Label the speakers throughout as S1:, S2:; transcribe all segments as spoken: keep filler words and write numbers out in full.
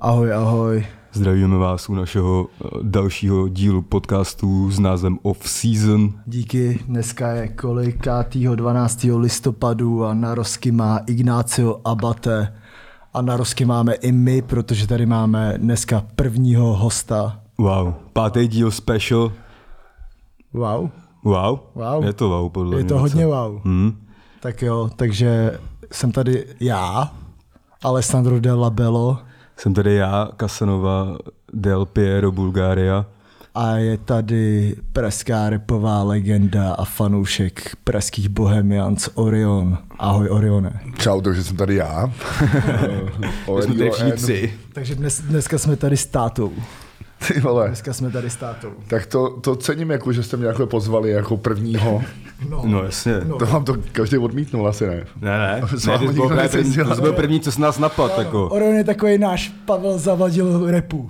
S1: Ahoj, ahoj.
S2: Zdravíme vás u našeho dalšího dílu podcastu s názvem Off Season.
S1: Díky, dneska je kolikátýho dvanáctého listopadu a na rozky má Ignacio Abate. A na rozky máme i my, protože tady máme dneska prvního hosta.
S2: Wow, pátý díl special.
S1: Wow.
S2: Wow?
S1: Wow.
S2: Je to wow, podle mě.
S1: Je to hodně wow.
S2: Hmm.
S1: Tak jo, takže jsem tady já, Alessandro Della Bello.
S2: Jsem tady já, Casanova Del Piero Bulgaria.
S1: A je tady pražská rapová legenda a fanoušek pražských Bohemians Orion. Ahoj Orione.
S3: Čau, takže jsem tady já.
S2: Jsme tady všichni tři.
S1: Takže dnes, dneska jsme tady s tátou.
S3: Ty vole.
S1: Dneska jsme tady s tátou.
S3: Tak to, to cením, jako, že jste mě jako pozvali jako prvního.
S1: No,
S2: No jasně.
S1: No.
S3: To vám to každý odmítnul, asi ne.
S2: Ne, ne.
S3: To
S2: ne
S3: s vámi
S2: ty jsi
S3: nikdo
S2: byl
S3: nechce
S2: první,
S3: dělat.
S2: to jsi byl první, co s nás napad.
S1: No,
S2: Jako.
S1: Orion je takový náš Pavel Zavadil rapu.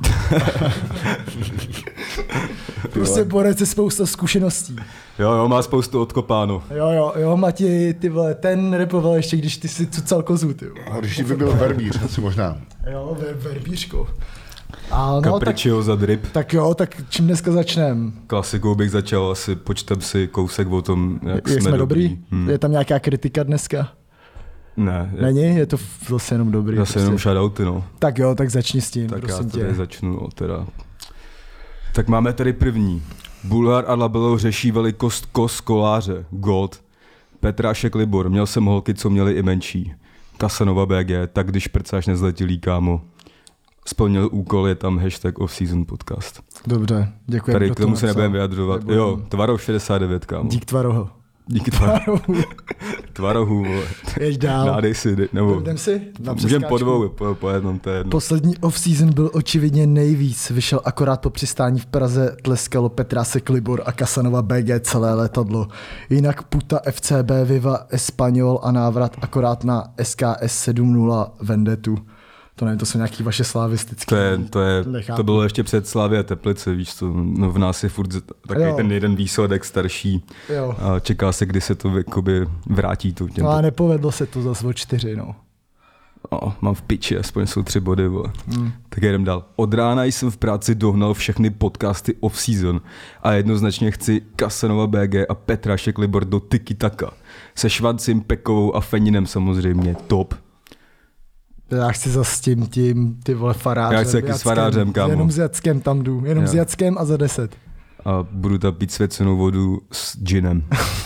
S1: Prostě borec se spousta zkušeností.
S2: Jo, jo, má spoustu odkopáno.
S1: Jo, jo, jo, Mati, ty vole, ten rapoval ještě, když ty si cucal kozu, ty.
S3: A když by byl verbíř, asi možná.
S1: Jo, ver, verbířko. A no,
S2: Capriccio za drip.
S1: tak jo, tak čím dneska začneme?
S2: Klasikou bych začal asi, počtem si kousek o tom, jak,
S1: Jak
S2: jsme,
S1: jsme dobrý?
S2: dobrý. Hmm.
S1: Je tam nějaká kritika dneska?
S2: Ne, je,
S1: Není? Je to zase jenom dobrý.
S2: zase jenom shoutouty, no.
S1: Tak jo, tak začni s tím,
S2: Tak já
S1: prosím
S2: tady
S1: tě.
S2: začnu, no, teda. Tak máme tady první. Bulhar a Labelo řeší velikost kos koláře, Gold. Petrášek Libor, měl jsem holky, co měly i menší. Casanova bé gé, tak když prcáš nezletilý, kámo. Splnil úkol, je tam hashtag Off Season podcast.
S1: Dobře, děkuji.
S2: Tady k tomu se nebudeme vyjadřovat.
S1: Nebudem.
S2: Jo, Tvarov šedesát devět, kámo.
S1: Dík Tvaroho.
S2: Díky Tvarohu. Tvarohu, vole.
S1: Jeď dál.
S2: Nádej si, dej- nebo
S1: Jdem si? Na
S2: můžem
S1: přeskáčku.
S2: po dvou, po, po jednom, to je jedno.
S1: Poslední off-season byl očividně nejvíc. Vyšel akorát po přistání v Praze, tleskalo Petrásek Libor a Casanova bé gé celé letadlo. Jinak Puta ef cé bé Viva Espanyol a návrat akorát na es ká es sedm nula Vendetu. To nevím, to jsou nějaký vaše slavistické.
S2: To, je, to, je,
S1: Nechápu.
S2: to bylo ještě před Slavie Teplice, víš co, no v nás je furt takový
S1: Jo.
S2: ten jeden výsledek starší
S1: Jo.
S2: a čeká se, kdy se to jakoby vrátí tu těm.
S1: No a nepovedlo se to zase o čtyři, no.
S2: No, mám v piči, aspoň jsou tři body, vole.
S1: Hmm.
S2: Tak jdem dál. Od rána jsem v práci dohnal všechny podcasty off-season a jednoznačně chci Casanova bé gé a Petrášek Libor do Tiki Taka. Se Švancem, Pekovou a Feninem samozřejmě, top.
S1: Já chci za s tím, tím, ty vole, farářem.
S2: Já chci taky s
S1: Jackem.
S2: farářem, kámo.
S1: Jenom s Jackem tam jdu, jenom
S2: Jo.
S1: s Jackem a za deset.
S2: A budu tam pít svěcenou vodu s ginem.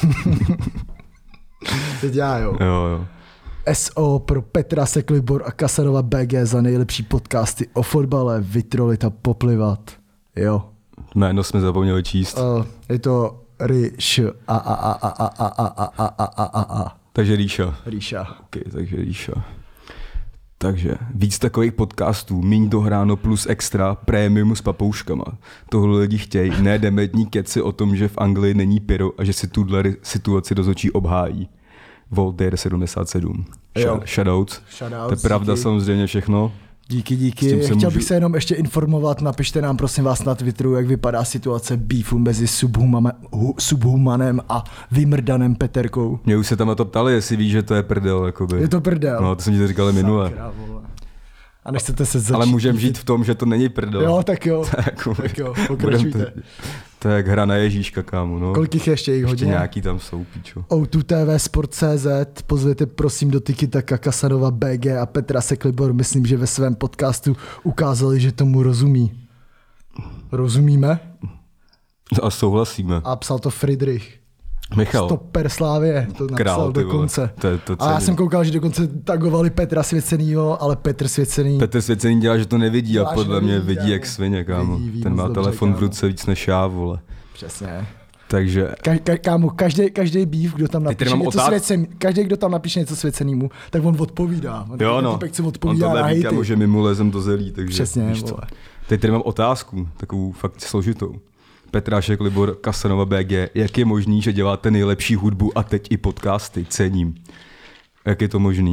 S1: Teď já, jo.
S2: Jo, jo.
S1: es ó pro Petra Seklibor a Casanova bé gé za nejlepší podcasty o fotbale, vytrolit a poplivat. Jo.
S2: Jméno jsme zapomněli číst.
S1: Uh, je to Ríš a a a a a a a a a a a a a
S2: Takže Ríša.
S1: Ríša.
S2: Ok, takže Ríša. Takže víc takových podcastů, míň dohráno plus extra, premium s papouškama. Tohle lidi chtějí, ne dementní keci o tom, že v Anglii není pyro a že si tuhle situaci do očí obhájí. Voltaire sedmdesát sedm.
S1: Jo.
S2: Shoutouts.
S1: Shoutouts,
S2: To je pravda
S1: díky.
S2: samozřejmě všechno.
S1: Díky,
S2: S
S1: díky.
S2: tím se
S1: Chtěl
S2: můžu-
S1: bych se jenom ještě informovat, napište nám prosím vás na Twitteru, jak vypadá situace beefu mezi Subhumame, hu, Subhumanem a vymrdanem Peterkou.
S2: Mě už se tam na to ptali, jestli víš, že to je prdel. Jakoby.
S1: Je to prdel.
S2: No, to jsem ti to říkali minule.
S1: Sakra, vole. A nechcete se začít.
S2: Ale můžeme žít v tom, že to není prdel.
S1: Jo, tak jo.
S2: Jako-
S1: tak jo,
S2: Budem
S1: pokračujte.
S2: To, to je jak hra na Ježíška, kámo. No.
S1: Kolik jich je ještě jich
S2: Ještě
S1: hodně?
S2: nějaký tam jsou, pičo.
S1: O dva T V Sport tečka cé zet, pozvěte prosím do Tiki Taka Casanova bé gé a Petra Seklibor, myslím, že ve svém podcastu ukázali, že tomu rozumí. Rozumíme?
S2: A souhlasíme.
S1: A psal to Friedrich.
S2: Michal.
S1: Stoper Slávě, to napsal
S2: Král, ty vole.
S1: dokonce.
S2: To je- to
S1: a já
S2: cením.
S1: jsem koukal, že dokonce tagovali Petra Svěcenýho, ale Petr Svěcený...
S2: Petr Svěcený dělá, že to nevidí
S1: Dělá,
S2: a
S1: že
S2: podle mě
S1: nevidí,
S2: vidí
S1: kámo.
S2: jak svině, kámo.
S1: Vidí, ví
S2: Ten
S1: moc
S2: má
S1: dobře,
S2: telefon v
S1: kámo.
S2: ruce víc než já, vole.
S1: Přesně.
S2: Takže
S1: Ka- ka- kámo, každý, každý býv, kdo tam
S2: tady
S1: napíše
S2: mám
S1: něco
S2: otázku.
S1: svěcen, každý, kdo tam napíše něco svěcenýmu, tak on odpovídá. On
S2: jo
S1: ten
S2: no,
S1: týpek, co
S2: on
S1: odpovídá na
S2: tohle ví,
S1: hejty.
S2: kámo, že my mu lezem do zelí, takže
S1: Přesně,
S2: víš co.
S1: vole.
S2: Teď tady mám otázku, takovou fakt složitou. Petrášek Libor, Casanova bé gé, jak je možný, že děláte nejlepší hudbu a teď i podcasty, cením. Jak je to možný?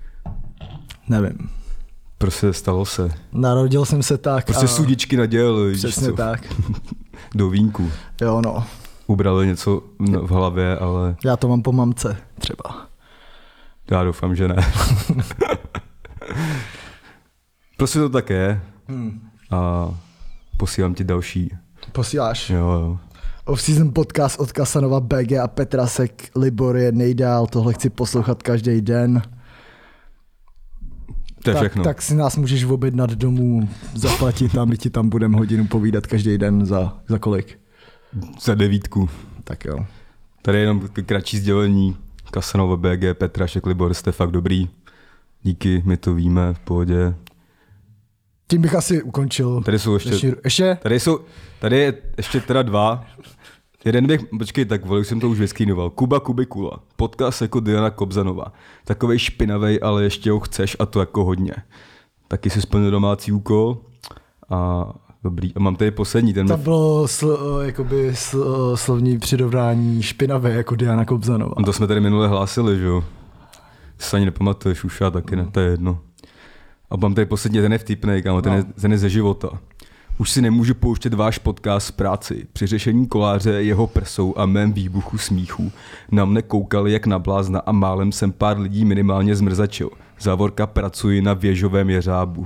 S1: Nevím.
S2: Prostě stalo se.
S1: Narodil jsem se tak
S2: Prostě
S1: a...
S2: sudičky nadělali, víš
S1: Přesně
S2: co?
S1: tak.
S2: Do vínku.
S1: Jo no.
S2: Ubrali něco v hlavě, ale
S1: Já to mám po mamce třeba.
S2: já doufám, že ne. Prostě to tak je.
S1: Hmm.
S2: A posílám ti další.
S1: Posíláš.
S2: Jo, jo.
S1: Off-season podcast od Kasanova, bé gé a Petrasek Libor je nejdál, tohle chci poslouchat každý den.
S2: To je
S1: tak,
S2: všechno.
S1: tak si nás můžeš objednat domů, zaplatit a my ti tam budeme hodinu povídat každý den za, za kolik?
S2: Za devítku.
S1: Tak jo.
S2: Tady je jenom kratší sdělení. Kasanova, bé gé, Petrašek, Libor, jste fakt dobrý. Díky, my to víme, v pohodě.
S1: Tím bych asi ukončil.
S2: Tady jsou ještě...
S1: Dnešní, ještě?
S2: Tady jsou, tady je ještě teda dva. Jeden bych, počkej, tak vole, už jsem to už vyskrýnoval. Kuba Kubikula, podcast jako Diana Kobzanová. Takovej špinavej, ale ještě ho chceš a to jako hodně. Taky si splnil domácí úkol a dobrý. A mám tady poslední. Ten
S1: Tam
S2: mě...
S1: bylo sl, jakoby sl, slovní přirovnání špinavé jako Diana Kobzanová.
S2: To jsme tady minule hlásili, že jo? Ty se ani nepamatuješ, už já taky ne, to je jedno. A mám tady poslední, ten je vtipnej, kámo, ten, je, ten je ze života. Už si nemůžu pouštět váš podcast z práci. Při řešení koláře jeho prsou a mém výbuchu smíchu na mne koukali jak na blázna a málem jsem pár lidí minimálně zmrzačil. Závorka pracuji na věžovém jeřábu.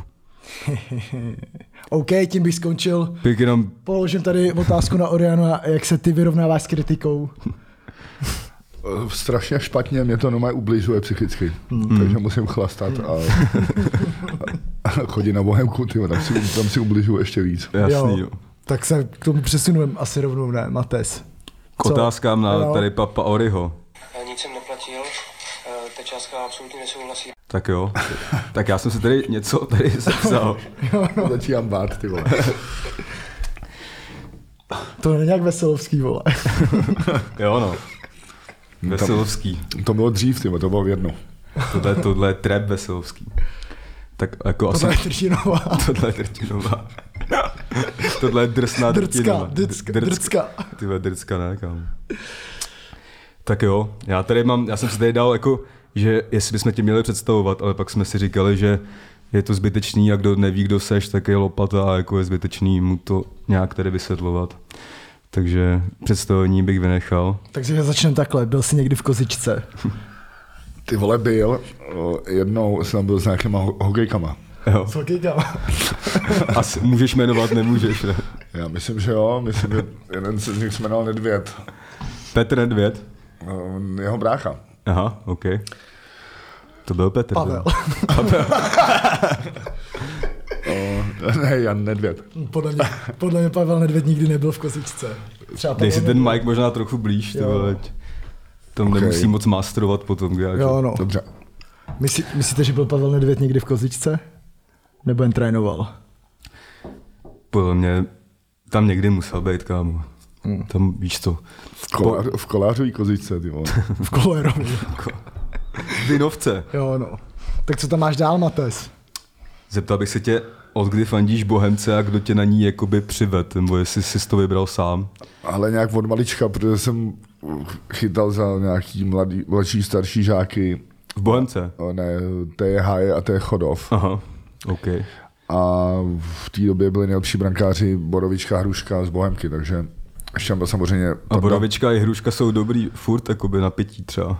S1: OK, tím bych skončil.
S2: Bych jenom...
S1: Položím tady otázku na Oriana, jak se ty vyrovnáváš s kritikou?
S3: Strašně špatně, mě to normálně ubližuje psychicky, hmm. takže musím chlastat a, a chodit na Bohemku, tyjo, tam, si, tam si ubližuju ještě víc.
S2: Jasný, jo.
S1: Tak se k tomu přesunujeme asi rovnou, ne, Mates?
S2: K otázkám na
S1: jo.
S2: tady Papa Oriho.
S4: Nic jsem neplatil, ta částka absolutně nesouhlasí.
S2: Tak jo, tak já jsem si tady něco tady zapsal.
S3: Začínám bát, ty vole.
S1: To není nějak Veselovský, vole.
S2: Jo no. Veselovský.
S3: To bylo dřív, tyjo, to bylo v jedno.
S2: Tohle, tohle je trap Veselovský. Tak jako
S1: Tohle
S2: asi...
S1: je Trtinová.
S2: Tohle je Trtinová. Tohle je drsná Trtinová.
S1: Drcka, drcka, drcka.
S2: Tyhle drcka, ne, kámo. Tak jo, já tady mám, já jsem si tady dal jako, že jestli bychom tě měli představovat, ale pak jsme si říkali, že je to zbytečný a kdo neví, kdo seš, tak je lopata a jako je zbytečný mu to nějak tady vysvětlovat. Takže představení bych vynechal.
S1: Takže začneme takhle, byl jsi někdy v Kozičce?
S3: Ty vole byl, jednou jsem tam byl s nějakýma ho- hokejkama.
S2: Jo.
S1: S hokejkama.
S2: Asi můžeš jmenovat, nemůžeš, ne?
S3: Já myslím, že jo, myslím, že jeden z nich se jmenoval Nedvěd.
S2: Petr Nedvěd?
S3: Jeho brácha.
S2: Aha, OK. To byl Petr.
S1: Pavel.
S2: Pavel.
S3: O, ne, Jan Nedvěd.
S1: Podle mě, podle mě Pavel Nedvěd nikdy nebyl v Kozičce. Třeba
S2: Dej si
S1: Pavel
S2: ten
S1: Nedvěd.
S2: mic možná trochu blíž, ty
S1: Jo.
S2: vole. Tam
S3: Okay.
S2: nemusí moc masterovat potom. Kde
S1: Jo, no.
S3: Dobře.
S1: Myslí, myslíte, že byl Pavel Nedvěd někdy v Kozičce? Nebo jen trénoval?
S2: Podle mě tam někdy musel být, kámo.
S1: Hmm.
S2: Tam víš to.
S3: V, kolář, v kolářový Kozičce, ty vole.
S1: V Kolerovi.
S2: V Dynovce.
S1: Jo, no. Tak co tam máš dál, Mates?
S2: Zeptal bych se tě, od kdy fandíš Bohemce a kdo tě na ní jakoby přived, nebo jestli jsi to vybral sám?
S3: Ale nějak od malička, protože jsem chytal za nějaký mladý, mladší, starší žáky.
S2: V Bohemce?
S3: O, ne, to je Háje a to je Chodov.
S2: Aha, OK.
S3: A v té době byli nejlepší brankáři Borovička, Hruška z Bohemky, takže ještě tam byl samozřejmě...
S2: A Borovička i Hruška jsou dobrý furt jakoby na pití třeba.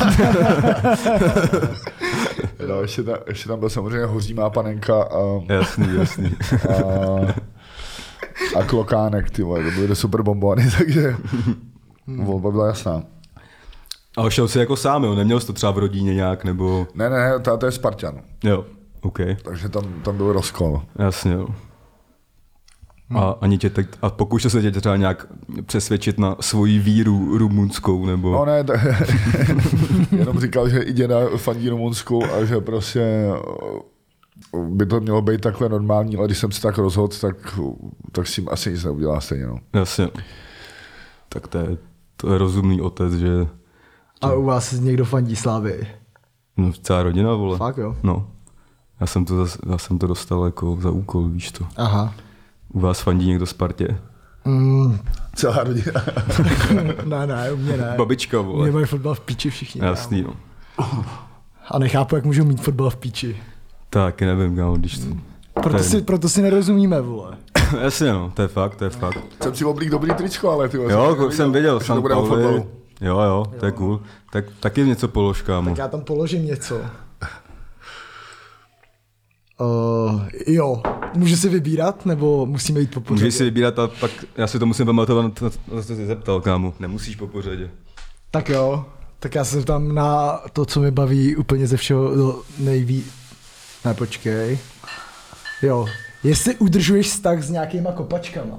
S3: No, ještě, tam, ještě tam byl samozřejmě Hořímá panenka a,
S2: Jasný, jasný.
S3: a, a Klokánek, ty vole, to byly super bombony, takže volba byla jasná.
S2: A šel jsi jako sám, jo? Neměl jsi to třeba v rodině nějak, nebo...
S3: Ne, ne, táta je Spartan,
S2: Jo, OK.
S3: takže tam, tam byl rozkol.
S2: Jasně, jo. A, ani tě tak, a pokoušel se tě třeba nějak přesvědčit na svoji víru rumunskou, nebo...
S3: No ne, t- jenom říkal, že i děda fandí Rumunsku a že prostě by to mělo být takhle normální, ale když jsem se tak rozhodl, tak, tak s tím asi nic neudělá stejně. No.
S2: Jasně. Tak to je, to je rozumný otec, že...
S1: A u vás někdo fandí Slávy?
S2: No, celá rodina, vole.
S1: Fakt jo?
S2: No. Já jsem to, zas, já jsem to dostal jako za úkol, víš to.
S1: Aha.
S2: U vás fandí někdo Spartě?
S1: Mm.
S3: Celá rodina.
S1: ne, ne, u mě ne.
S2: Babička,
S1: U mě
S2: vole.
S1: mají fotbal v píči všichni.
S2: Jasný, no.
S1: A nechápu, jak můžou mít fotbal v píči.
S2: Tak, nevím, kámo, když to...
S1: Proto
S2: to je-
S1: si, proto si nerozumíme, vole.
S2: Jasně, no, to je fakt, to je fakt.
S3: Jsem si oblík dobrý tričko, ale ty vole,
S2: Jo, jsem viděl,
S3: že to
S2: San
S3: bude o
S2: Pauli.
S3: fotbalu.
S2: Jo, jo, to je cool. Tak taky něco polož, kámo.
S1: Tak já tam položím něco. Uh, jo, můžu si vybírat, nebo musíme jít po pořadě?
S2: Můžeš si vybírat a pak já si to musím pamatovat, na to, na co jsi zeptal, kámo. Nemusíš po pořadě.
S1: Tak jo, tak já se zeptám na to, co mi baví úplně ze všeho no, nejvíc. Ne, počkej. Jo, jestli udržuješ vztah s nějakýma kopačkama.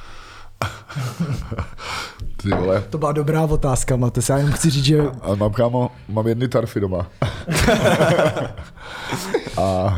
S3: Ty vole.
S1: To byla dobrá otázka, Mates, já jenom chci říct, že...
S3: Ale mám, kámo, mám jedny tarfy doma. A...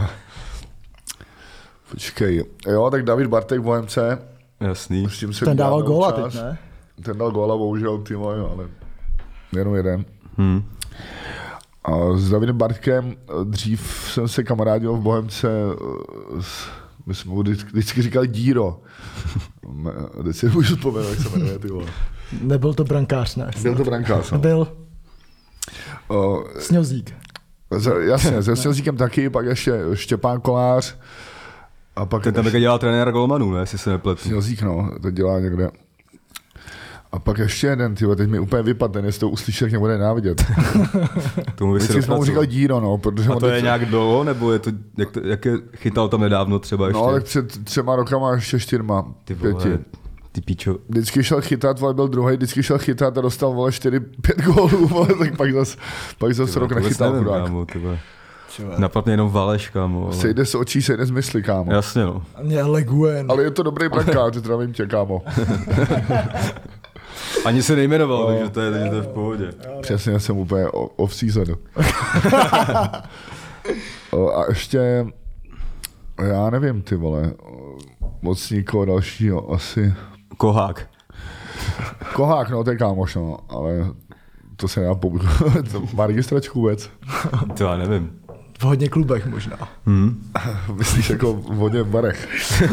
S3: Počkej, jo, tak David Bartek v Bohemce.
S2: Jasný.
S3: S tím se
S1: Ten dával
S3: udělal
S1: góla
S3: čas.
S1: teď, ne?
S3: Ten dal góla, bohužel, ty vole, ale jenom jeden.
S2: Hmm.
S3: A s Davidem Bartkem dřív jsem se kamarádil v Bohemce, s, my jsme mu vždycky, vždycky říkali Díro. Teď si můžu vzpomenout, jak se jmenuje, ty vole.
S1: Nebyl to brankář, ne?
S3: Byl to brankář, no.
S1: Byl
S3: O,
S1: Sňozík.
S3: z- jasně, se Sňozíkem taky, pak ještě Štěpán Kolář. A pak
S2: Ten tam
S3: ještě,
S2: také dělal trenéra golmanů, ne, jestli se nepletu.
S3: Sňozík, no, to dělá někde. A pak ještě jeden, tyhle, teď mi úplně vypadl, ten jestli to uslyšel, jak mě bude návidět.
S2: Tomu by si
S3: Vždycky jsme mu
S2: dopracoval.
S3: říkali Díro, no, protože
S2: A
S3: on
S2: to je
S3: teď-
S2: nějak dlouho, nebo je to, jak, to, jak je chytal tam nedávno třeba ještě?
S3: No, tak před třema rokama ještě čtyřma,
S2: ty vole,
S3: pěti.
S2: ty píčo.
S3: Vždycky šel chytat, vole, byl druhý, vždycky šel chytat a dostal, vole, čtyři, pět gólů, vole, tak pak zas, pak zas rok
S2: vůbec
S3: nechytal,
S2: nevím,
S3: chudák.
S2: kámo, ty vole. Napad mě jenom Valeš, kámo. Ale...
S3: Sejde z očí, sejde z mysli, kámo.
S2: Jasně, no.
S1: Mě Leguen.
S3: Ale je to dobrý brankář, zdravím tě, kámo.
S2: Ani se nejmenoval,
S3: No.
S2: takže to je, takže to je v pohodě.
S3: Přesně, jsem úplně o- off-season. O, a ještě, já nevím, ty vole, moc nikoho dalšího, asi.
S2: Kohák.
S3: Kohák, no, to je kámoš, no, ale to se nedá použít. To má registračku vůbec.
S2: To já nevím.
S1: V hodně klubech možná.
S2: Hm?
S3: Myslíš jako v hodně barech.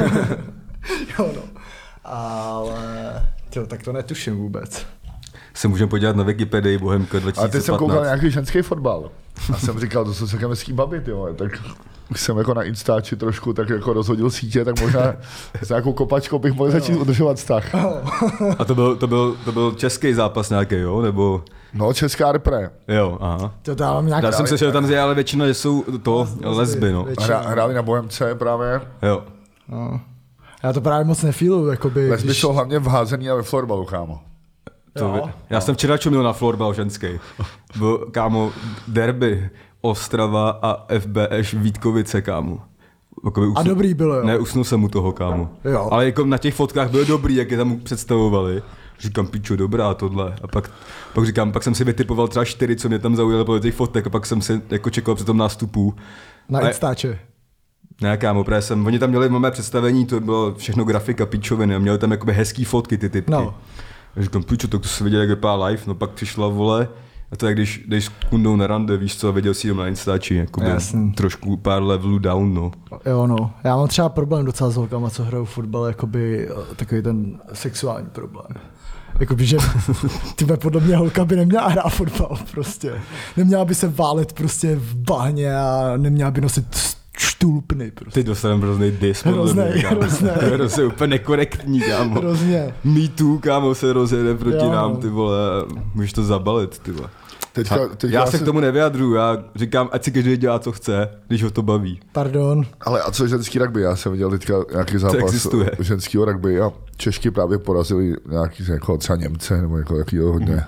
S1: Jo no. Ale... Tyjo, tak to netuším vůbec.
S2: Se můžeme podívat na Wikipedii Bohemka dva tisíce patnáct.
S3: Ale teď jsem koukal na nějaký ženský fotbal. A jsem říkal, to jsou celkem hezký baby, tyjo. Tak už jsem jako na Instači trošku tak jako rozhodil sítě, tak možná s nějakou kopačkou bych mohl začít udržovat vztah.
S2: A to byl, to, byl, to byl český zápas nějaký, jo? Nebo...
S3: No, česká repre.
S2: Jo, aha.
S1: To dávám nějak...
S2: Já jsem se šel tam, že ale většina jsou to lesby, no.
S3: Hra, hráli na Bohemce právě.
S2: Jo.
S1: No. Já to právě moc nefíluju, jakoby...
S3: Lesby
S1: když-
S3: jsou hlavně v házení a ve florbalu, kámo.
S2: To
S1: Jo.
S2: vy... Já jsem včera čumil na florbal ženský. Byl, kámo, derby Ostrava a F B Š Vítkovice, kámo. Jakoby
S1: A dobrý bylo, jo.
S2: Ne, usnul jsem u toho, kámo.
S1: Jo.
S2: Ale jako na těch fotkách bylo dobrý, jak je tam představovali. Říkám, pičo, dobrá tohle. A pak, pak říkám, pak jsem si vytipoval třeba čtyři, co mě tam zaujaly podle těch fotek, a pak jsem si jako čekal při tom nástupu.
S1: Na
S2: A-
S1: Instače.
S2: Ne, kámo, právě jsem, oni tam měli mé představení, to bylo všechno grafika, pičoviny, a měli tam jakoby hezký fotky, ty typky.
S1: No.
S2: A říkám, pičo, tak to se viděl, jak vypadá live, no pak přišla, vole, a to je, když jdeš s kundou na rande, víš co, a viděl si jenom na Instači, jakoby
S1: Jasný.
S2: trošku pár levelů down, no.
S1: Jo no. Já mám třeba problém docela s holkama, co hrajou fotbal, jakoby eh, takový ten sexuální problém. Jakoby, že tyhle podle mě holka by neměla hrát fotbal prostě. Neměla by se válet prostě v bahně a neměla by nosit štulpny prostě.
S2: Teď dostaneme hrozný dis, podle
S1: Hroznej,
S2: mě, kámo.
S1: hroznej.
S2: To je hrozně úplně nekorektní, kámo.
S1: Hrozně.
S2: Me too, kámo, se rozjede proti
S1: Jo,
S2: nám,
S1: no.
S2: ty vole, můžeš to zabalit, ty vole.
S3: Teďka,
S2: A
S3: teďka
S2: já se
S3: asi-
S2: k tomu nevyjadřuju, já říkám, ať si každý dělá, co chce, když ho to baví.
S1: Pardon.
S3: Ale a co je ženský rugby? Já jsem viděl teďka nějaký zápas
S2: existuje.
S3: ženského rugby a Češky právě porazili nějaký jako třeba Němce nebo jako jakýho hodně.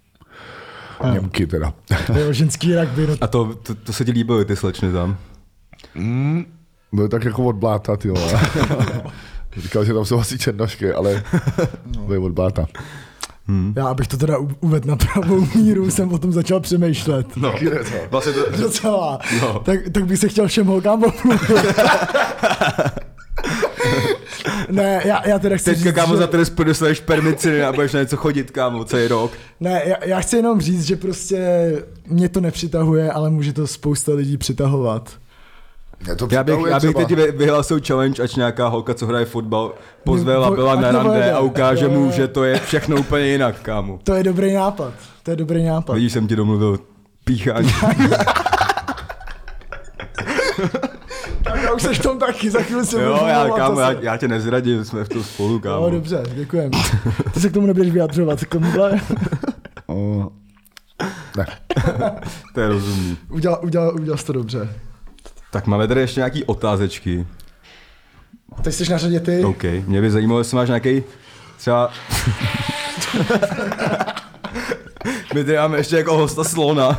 S1: Mm.
S3: Němky teda.
S1: Jo, ženský rugby, no
S2: A to, to, to se ti líbilo, ty slečny tam.
S3: Mm, byl tak jako od bláta, ty vole. Říkal, že tam jsou asi černošky, ale byl od bláta.
S1: Já abych to teda u- uvedl na pravou míru, jsem o tom začal přemýšlet.
S2: No, vlastně to,
S1: Docela.
S2: No.
S1: Tak, tak bych se chtěl všem holkám omluvit. Ne, já, já teda chci
S2: teďka,
S1: říct,
S2: kámo,
S1: že...
S2: za to dostaneš permiciny a budeš na něco chodit, kámo, celý rok.
S1: Ne, já, já chci jenom říct, že prostě mě to nepřitahuje, ale může to spousta lidí přitahovat.
S3: Mě to
S2: Já bych,
S3: přitahuje
S2: já bych
S3: třeba.
S2: teď vy- vyhlásil challenge, ať nějaká holka, co hraje fotbal, pozve
S1: Ať
S2: Labela na
S1: nebo
S2: rande
S1: jede.
S2: a ukáže
S1: Jo,
S2: mu,
S1: jo.
S2: že to je všechno úplně jinak, kámo.
S1: To je dobrý nápad. To je dobrý nápad.
S2: Vidíš, jsem ti domluvil píchání.
S1: Tak já už seš v tom taky, za chvíli se
S2: Jo,
S1: budu
S2: já,
S1: volat
S2: kámo, já,
S1: zase.
S2: já tě nezradím, jsme v tom spolu, kámo.
S1: No, dobře, děkujem. Ty se k tomu nebudeš vyjadřovat, k tomuhle.
S3: O, ne.
S2: To je rozumný.
S1: Udělal, udělal, udělal jsi to dobře.
S2: Tak máme tady ještě nějaký otázečky.
S1: Teď jsi na řadě ty.
S2: OK, mě by zajímalo, jestli máš nějaký třeba... My tady máme ještě jako hosta slona.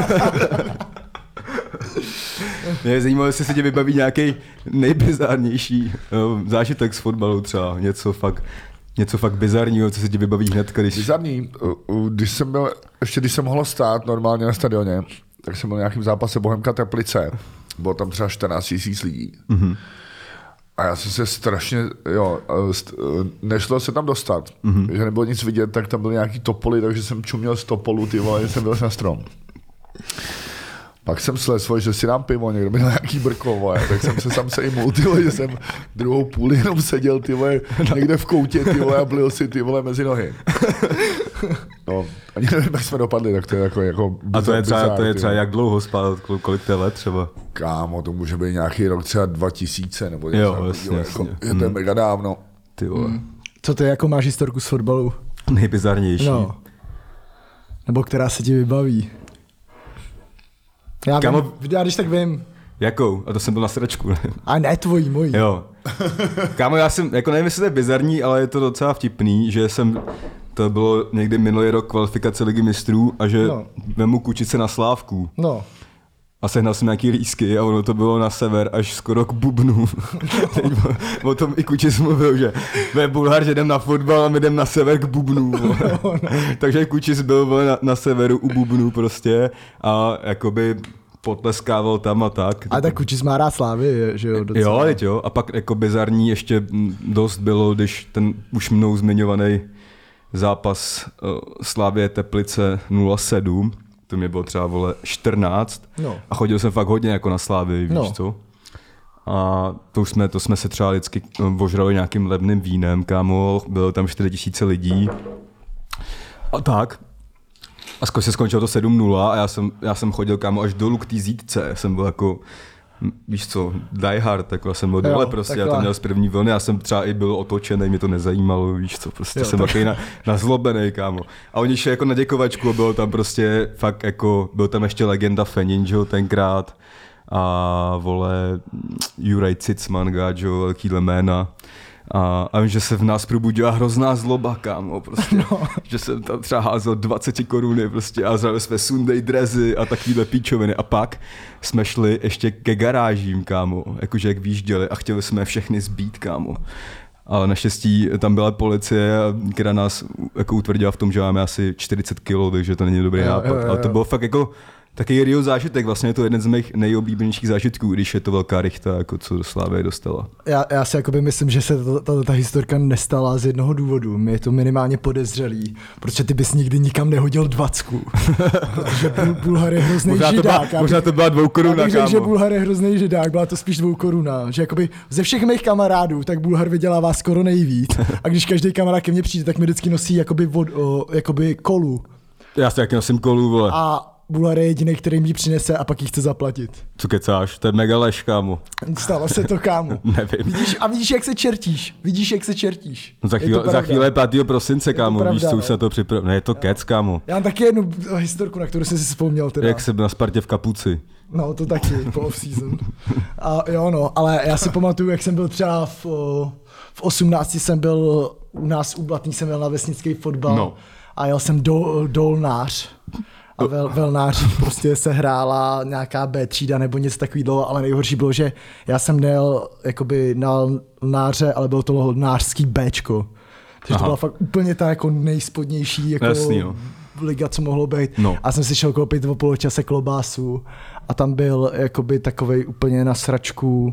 S2: Mě by zajímalo, jestli se tě vybaví nějaký nejbizárnější uh, zážitek z fotbalu třeba, něco fakt, něco fakt bizarního, co se ti vybaví hned, když...
S3: Bizarní, když jsem byl, ještě když jsem mohl stát normálně na stadioně, tak jsem byl v nějakým zápase Bohemka Teplice, bylo tam třeba čtrnáct tisíc lidí. Mm-hmm. A já jsem se strašně, jo, st, nešlo se tam dostat, mm-hmm. že nebylo nic vidět, tak tam byly nějaký topoly, takže jsem čuměl z topolu, ty vole, že jsem byl na strom. Pak jsem slesl, že si dám pivo, někdo měl nějaký brko, vole, tak jsem se sam se i mul, ty vole, že jsem druhou půl jenom seděl, ty vole, někde v koutě, ty vole, a blil si, ty vole, mezi nohy. No, ani nevím, jak jsme dopadli, tak to je jako, jako bizar,
S2: a to je třeba,
S3: bizar,
S2: to je třeba jak dlouho spát, kolik to je let třeba?
S3: Kámo, to může být nějaký rok třeba dva tisíce, nebo něco.
S2: Jo, jasně,
S3: jo,
S2: jasně.
S3: Jako, je to je mega dávno.
S2: Ty vole. Hmm.
S1: Co ty jako máš historku z fotbalu?
S2: Nejbizarnější.
S1: No. Nebo která se ti vybaví? Já,
S2: Kámo,
S1: vím, já když tak vím.
S2: Jakou? A to jsem byl na sračku, ne?
S1: A ne tvojí, mojí.
S2: Jo. Kámo, já jsem, jako nevím, jestli to je bizarní, ale je to docela vtipný, že jsem, to bylo někdy minulý rok kvalifikace Ligy mistrů a že
S1: no.
S2: vemu kučice na Slávku.
S1: No.
S2: A sehnal jsem nějaký lísky a ono to bylo na sever až skoro k bubnu. No. O tom i Kučis mluvil, že ve Bulhar, že jdem na fotbal a my jdem na sever k bubnu. No, no. Takže Kučis byl na, na severu u bubnu prostě a jakoby potleskával tam a tak.
S1: A tak Kučis má rád Slávy, že jo? Docela.
S2: Jo, teď jo. A pak jako bizarní ještě dost bylo, když ten už mnou zmiňovaný zápas uh, Slavie Teplice nula sedm, to mě bylo třeba, vole, čtrnáct
S1: no.
S2: a chodil jsem fakt hodně jako na Slávy, víš
S1: no.
S2: co? A to už jsme, to jsme se třeba vždycky ožrali nějakým levným vínem, kámo, bylo tam čtyři tisíce lidí a tak. A skoro se skončilo to sedm nula a já jsem, já jsem chodil, kámo, až dolů k té zítce, jsem byl jako, víš co, die hard, jako já jsem byl dole prostě, takhle. Já tam měl z první vlny, já jsem třeba i byl otočený, mě to nezajímalo, víš co, prostě jo, jsem tak... takový na, nazlobený, kámo. A oni šli jako na děkovačku a bylo tam prostě fakt jako, byl tam ještě legenda Fenin, že jo, tenkrát a vole, Juraj Cicman, gáčo, velkýhle jména. A, a vím, že se v nás probudila hrozná zloba, kámo, prostě, no. Že jsem tam třeba házel dvacet koruny prostě a zrali jsme Sunday drezy a takovýhle píčoviny a pak jsme šli ještě ke garážím, kámo, jakože jak výjížděli a chtěli jsme všechny zbít, kámo. Ale naštěstí tam byla policie, která nás jako utvrdila v tom, že máme asi čtyřicet kilo, takže to není dobrý
S1: jo,
S2: nápad,
S1: jo, jo, jo.
S2: ale to bylo fakt jako takový real zážitek, vlastně je to jeden z mých nejoblíbenějších zážitků, když je to velká rychta, jako co do Slávy dostala.
S1: Já, já si jakoby myslím, že se ta, ta, ta historka nestala z jednoho důvodu. Mě je to minimálně podezřelý, protože ty bys nikdy nikam nehodil dvacku. Protože Bulhar je hrozný
S2: možná
S1: židák.
S2: To byla, možná to byla dvou koruna,
S1: kámo.
S2: kámo.
S1: Že Bulhar je hrozný židák, byla to spíš dvou koruna. Že jakoby ze všech mých kamarádů, tak Bulhar vydělává skoro nejvíc. A když každý kamarád ke mně přijde, tak mi vždycky nosí jakoby, vod, o, jakoby kolu.
S2: Já si taky nosím kolu, vole.
S1: A Bulhar je jediný, který mi přinese a pak ji chce zaplatit.
S2: Co kecáš? To je mega lež, kámo.
S1: Stalo se to, kámo.
S2: Nevím.
S1: Vidíš, a vidíš, jak se čertíš. Vidíš, jak se čertíš.
S2: No za, chvíle, za chvíle pátého prosince, kámo.
S1: pravda,
S2: víš, co
S1: no.
S2: už se na to připrav... Ne, je to kec, kámo.
S1: Já mám taky jednu historku, na kterou jsem si vzpomněl. Teda.
S2: Jak jsem na Spartě v kapuci.
S1: No, to taky, po off-season. A jo, no, ale já si pamatuju, jak jsem byl třeba v, v osmnácti jsem byl u nás u Blatný, jsem byl na vesnický fotbal
S2: no.
S1: a jel jsem do Dolnář. A vel, velnářích prostě se hrála nějaká B třída nebo něco takového, ale nejhorší bylo, že já jsem nejel jakoby na náře, ale bylo to nářský Bčko. Takže Aha. to byla fakt úplně ta jako nejspodnější jako
S2: Jasný, no.
S1: liga, co mohlo být.
S2: No.
S1: A jsem si šel koupit v poločase klobásu a tam byl jakoby takovej úplně na sračku.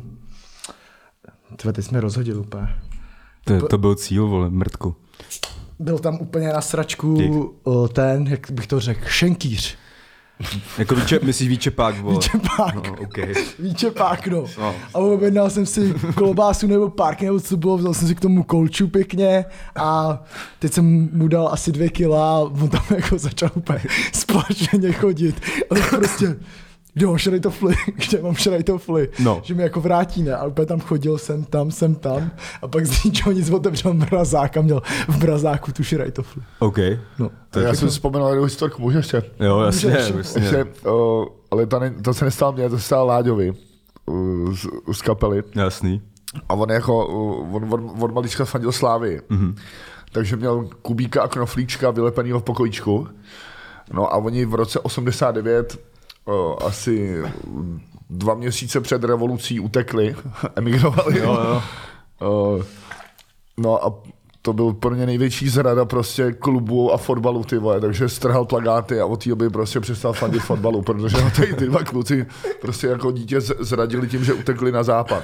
S1: Tve, teď jsme rozhodili úplně.
S2: To, to byl cíl, vole, mrtku.
S1: Byl tam úplně na sračku Dík. ten, jak bych to řekl, šenkýř.
S2: Jako výče, myslíš výčepák, vole?
S1: Výčepák.
S2: No, okay.
S1: Výčepák, no.
S2: no.
S1: A objednal jsem si klobásu nebo párk, nebo co bylo, vzal jsem si k tomu kolču pěkně a teď jsem mu dal asi dvě kila a on tam jako začal úplně splašeně chodit. A tak prostě, kde mám šrajtofly, kde mám šrajtofly,
S2: no.
S1: že mi jako vrátí, ne? A úplně tam chodil, jsem tam, jsem tam a pak z ničeho nic otevřel mrazák a měl v mrazáku tu šrajtofly.
S2: OK.
S1: No.
S3: To já jsem vzpomněl jednu historku, můžeš ještě?
S2: Jo, jasně.
S3: Ještě, uh, ale to, ne, to se nestalo mně, to se stalo Láďovi. z, z kapely.
S2: Jasný.
S3: A on jako, on, on, on malička fandil Slávy. Mm-hmm. Takže měl Kubíka a Knoflíčka vylepenýho v pokojíčku. No a oni v roce osmdesát devět o, asi dva měsíce před revolucí utekli, emigrovali.
S2: Jo, jo.
S3: O, no a to byl pro ně největší zrada prostě klubu a fotbalu, ty vole, takže strhal plakáty a od té doby prostě přestal fandit fotbalu, protože ho tady ty dva kluci prostě jako dítě zradili tím, že utekli na západ.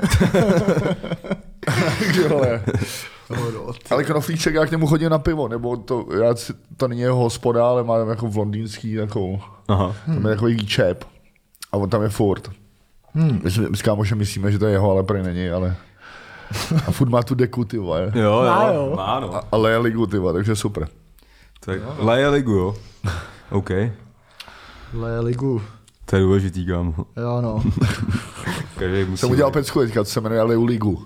S3: Takže vole. Ale Knoflíček, já k němu chodím na pivo, nebo to, já, to není jeho hospoda, ale má jako v londýnský takovou,
S2: Aha.
S3: tam je takový čep a on tam je furt. Hmm. My, my s kámošem myslíme, že to je jeho, ale prý není, ale... A furt má tu deku, ty vole.
S2: Jo, jo,
S1: Má, jo.
S2: má, no.
S3: A, a leje ligu, ty vole, takže super.
S2: Tak leje ligu, jo. OK.
S1: Leje ligu.
S2: To je důležitý, kámo.
S1: Jo, no.
S2: Každý musí...
S3: Jsem udělal pecku teďka, co se jmenuje Leju ligu.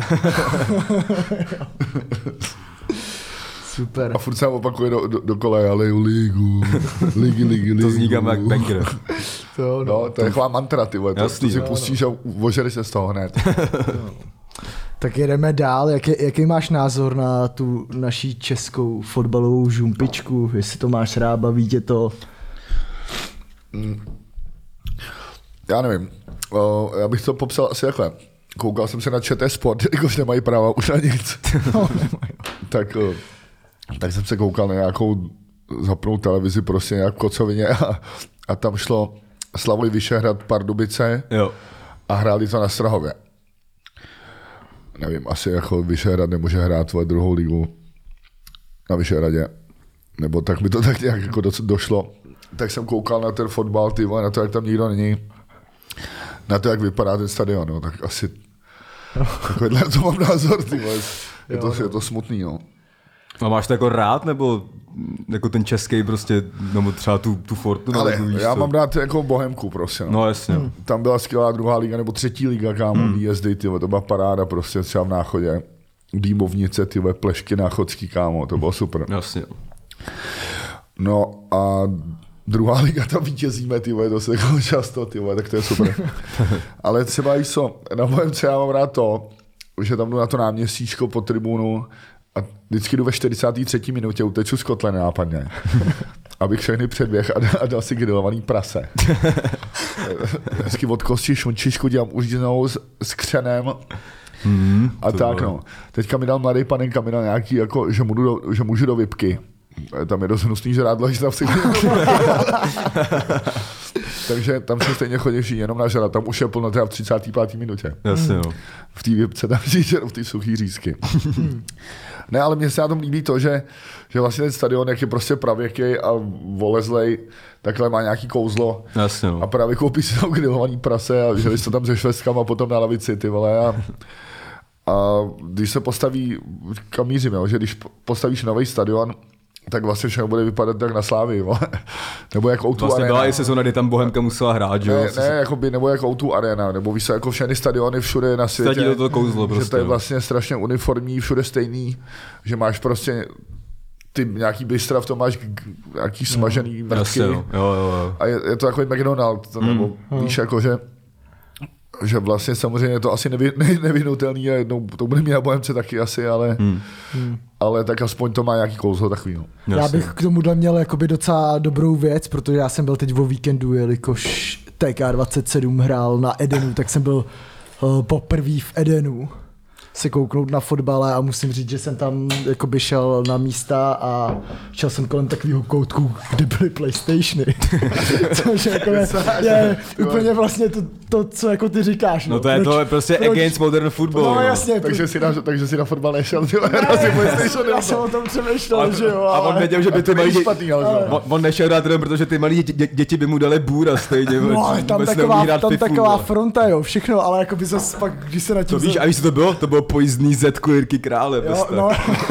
S1: Super.
S3: A furt se opakuje do, do, dokola, já leju ligu. Ligy, ligy, ligu.
S2: To zní kam jak banger.
S1: To,
S3: No, to je taková mantra, ty vole. To,
S2: Jasný,
S3: to si
S2: jo,
S3: pustíš a ožereš se z toho hned.
S1: Tak jedeme dál. Jaký, jaký máš názor na tu naší českou fotbalovou žumpičku? Jestli to máš rád, baví tě to?
S3: Já nevím. O, já bych to popsal asi takhle. Koukal jsem se na ČT Sport, jakož nemají práva už na nic.
S1: No,
S3: tak, o, tak jsem se koukal na nějakou zapnou televizi, prostě nějak v kocovině a, a tam šlo Slavoj Vyšehrad Pardubice
S2: Jo.
S3: a hráli to na Strahově. Nevím, asi jako Vyšehrad nemůže hrát tvoje druhou ligu na Vyšehradě. Nebo tak mi to tak nějak jako do, došlo. Tak jsem koukal na ten fotbal, ty vole, na to, jak tam nikdo není. Na to, jak vypadá ten stadion, no, tak asi takovýhle to mám názor, ty vole. Je to, je to smutný, no.
S2: A máš to jako rád, nebo jako ten český prostě, nebo třeba tu, tu Fortunu?
S3: Ale
S2: nebo víš
S3: já
S2: co?
S3: mám rád jako Bohemku, prostě. No.
S2: No jasně. Hmm.
S3: Tam byla skvělá druhá liga, nebo třetí liga, kámo, hmm. výjezdy, ty vole, to byla paráda, prostě třeba v Náchodě. Dýmovnice, ty vole, Plešky náchodský, kámo, to bylo super.
S2: Jasně.
S3: No a druhá liga tam vítězíme, ty vole, to se jako často, ty vole, tak to je super. Ale třeba i co, na Bohemce já mám rád to, že tam jdu na to náměstíčko po tribunu a vždycky jdu ve čtyřicáté třetí minutě, uteču z kotle nápadně, abych všechny předběh a, a dal si grilovaný prase. Vždycky od kosti šunčičku dělám užděnou s, s křenem
S2: Hmm,
S3: a tak no. Teďka mi dal mladý panenka, mi dal nějaký, jako, že, můžu do, že můžu do vipky. Tam je dost hnusný žrádlo, že tam si takže tam se stejně chodíš jenom na žrát, tam už je plno teda v třicáté páté minutě.
S2: Jasně, no.
S3: V té vipce tam žiješ jenom v té suchý řízky. Ne, ale mně se na tom líbí to, že, že vlastně ten stadion, jak je prostě pravěký a volezlej, takhle má nějaký kouzlo.
S2: Jasně, no.
S3: A právě koupí si tam grilovaný prase a žili to tam se švestkama potom na lavici, ty vole. A, a když se postaví, kam mířím, jo, že když postavíš nový stadion, tak vlastně všechno bude vypadat tak na Slávii, vole. Nebo jako O dva
S2: Vlastně
S3: Arena.
S2: byla i sezóna, kdy tam Bohemka musela hrát, že jo?
S3: Ne, ne jakoby, nebo jako O dva Arena, nebo víš, jako všechny stadiony všude na světě.
S2: Ztratí do toho kouzlo prostě.
S3: Že to je vlastně strašně uniformní, všude stejný, že máš prostě ty nějaký bystra, v tom máš nějaký smažený mrtky.
S2: Jasně, no. jo, jo, jo.
S3: A je, je to takový McDonald's, mm. nebo víš, jako že že vlastně samozřejmě je to asi nevy, ne, nevyhnutelný a jednou to bude mít na Bohemce taky asi, ale, hmm. ale tak aspoň to má nějaký kouzlo takový. No.
S1: Já bych k tomuhle měl jakoby docela dobrou věc, protože já jsem byl teď o víkendu, jelikož T K dvacet sedm hrál na Edenu, tak jsem byl uh, poprvé v Edenu se kouknout na fotbale a musím říct, že jsem tam jakoby šel na místa a šel jsem kolem takového koutku, kde byly PlayStationy. Což jako je, je úplně vlastně to, to, co jako ty říkáš.
S2: No to je
S1: proč,
S2: to prostě
S1: proč,
S2: against modern football.
S1: No jasně.
S3: Takže si na, takže si na fotbal nešel, ty
S1: ne,
S3: na si PlayStation.
S1: já jsem o tom přemýšlel,
S2: A,
S1: že jo.
S2: a on
S1: ale-
S2: věděl, že by ty
S3: to
S2: malí
S3: není
S2: děti,
S3: špatný, ale že jo.
S2: on, on nešel dát jenom, protože ty malí děti, děti by mu dali bůra stejně.
S1: No ale tam
S2: vůbec
S1: taková,
S2: neumí hrát
S1: tam
S2: fifu,
S1: taková
S2: vole.
S1: fronta, jo, všechno, ale jako by zase pak, když se na tím...
S2: To víš, a víš, co to bylo? To bylo pojízdný zetku Jirky Krále.
S1: Jo, no.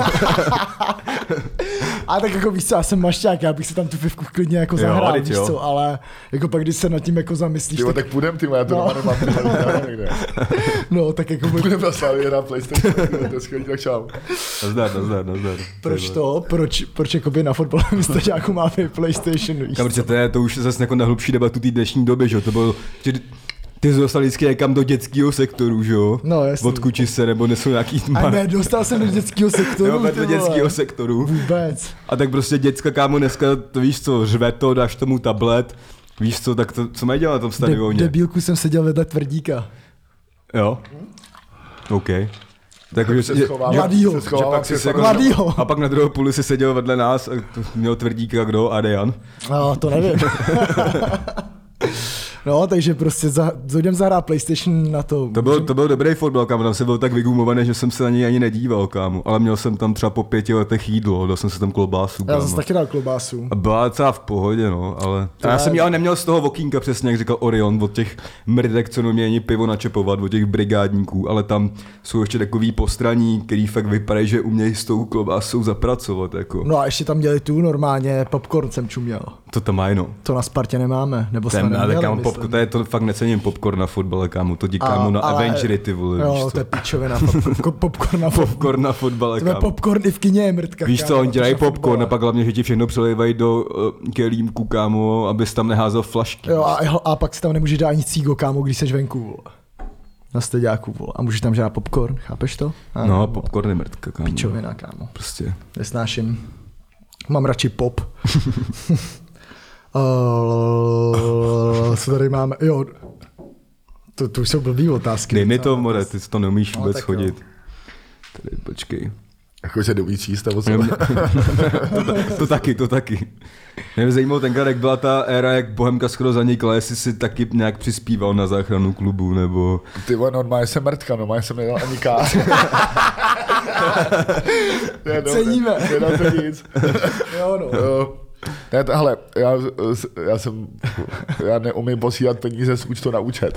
S1: A tak jako víš co, já jsem mašťák, já bych si tam tu fifku klidně jako
S2: Jo,
S1: zahrál,
S2: teď
S1: víš
S2: jo.
S1: co, ale jako pak když se nad tím jako zamyslíš,
S3: Ty vole,
S1: tak,
S3: tak půjdem, ty vole, já to
S1: No.
S3: doma nemám, ty vole, já nevím, kde.
S1: no tak jako by,
S3: Půjdem na Slávě na PlayStation, to je skvělý, tak čau.
S2: Nazdar, nazdar, nazdar.
S1: proč to, proč, proč jakoby na fotbalovém stadiáku máme PlayStation, víš
S2: Kam,
S1: co?
S2: to, je, to už je zase jako na hlubší debatu té dnešní doby, že jo, to bylo, že Ty jsi dostal vždycky někam do dětského sektoru, že jo?
S1: No, jasný.
S2: Od kučice, nebo nesou nějaký...
S1: A ne, dostal jsem do dětského sektoru,
S2: Jo,
S1: ty
S2: do
S1: vole.
S2: dětského sektoru.
S1: Vůbec.
S2: A tak prostě děcka, kámo, dneska, to víš co, řve to, dáš tomu tablet, víš co, tak to, co mají dělat na tom
S1: De-
S2: stadioně?
S1: debílku jsem seděl vedle Tvrdíka.
S2: Jo? OK. Tak, že,
S3: Se
S2: že,
S3: schovává-
S1: Mladýho.
S3: se
S2: že
S3: schovává
S2: pak si
S3: před
S2: se jako,
S3: fanoušky.
S1: Mladýho.
S2: a pak na druhou půli si seděl vedle nás a to měl Tvrdíka kdo? Adejan.
S1: No, to nevím. No, takže prostě za, jdem zahrát PlayStation na to.
S2: To byl, to byl dobrý fotbal, kámo, tam jsem byl tak vygumovaný, že jsem se na něj ani nedíval, kámo. Ale měl jsem tam třeba po pěti letech jídlo, dal jsem si tam klobásu,
S1: Já
S2: kámo.
S1: zase taky dal klobásu.
S2: A byla docela v pohodě, no, ale... A já jsem ji ale neměl z toho okýnka přesně, jak říkal Orion, od těch mrdek, co nemějí ani pivo načepovat, od těch brigádníků, ale tam jsou ještě takový postraní, který fakt vypadají, že umějí s tou klobásou zapracovat, jako.
S1: No a ještě tam dělali tu normálně, popcorn jsem čuměl.
S2: To tam mají, no.
S1: To na Spartě nemáme, nebo jsme
S2: Ten, ale
S1: neměli,
S2: kámo,
S1: myslím.
S2: popcorn, to, je, to fakt necením popcorn na fotbale, kámo, to díky kámo na
S1: ale-
S2: Avengery, ty vole,
S1: Jo,
S2: víš
S1: to
S2: co.
S1: je pičovina, popcorn, ko- popcorn na popcorn.
S2: Popcorn na fotbale,
S1: To je
S2: kámo.
S1: popcorn i v kině je mrtka.
S2: Víš co,
S1: kámo,
S2: oni dělají
S1: na fotbale.
S2: popcorn a pak hlavně, že ti všechno přelivají do uh, kelímku, kámo, abys tam neházel flašky.
S1: Jo, a, a pak si tam nemůžeš dát ani cígo, kámo, když seš venku, vole. Na steďáku, vole. A můžeš tam žát popcorn, chápeš to? A,
S2: No,
S1: vole.
S2: popcorn je mrtka, kámo.
S1: Pičovina, kámo.
S2: Prostě.
S1: Nesnáším. Mám radši pop. uh, co tady máme? Jo, to, to už jsou blbý otázky.
S2: Dej mi to, more, ty to neumíš
S1: No,
S2: vůbec
S1: tak
S2: chodit. Tady, počkej.
S3: Jako se neumí číst, nebo co?
S2: to, to taky, to taky. Mě zajímalo tenkrát, jak byla ta éra, jak Bohemka skoro zanikla, jestli si taky nějak přispíval na záchranu klubu, nebo...
S3: Ty vole, normálně jsem mrtka, normálně jsem nedal ani kář. Ne, no,
S1: Ceníme.
S3: Ne, nedal to nic.
S1: Jo, no.
S3: Jo. Ne, hele, já, já jsem, já neumím posílat peníze z účtu na účet.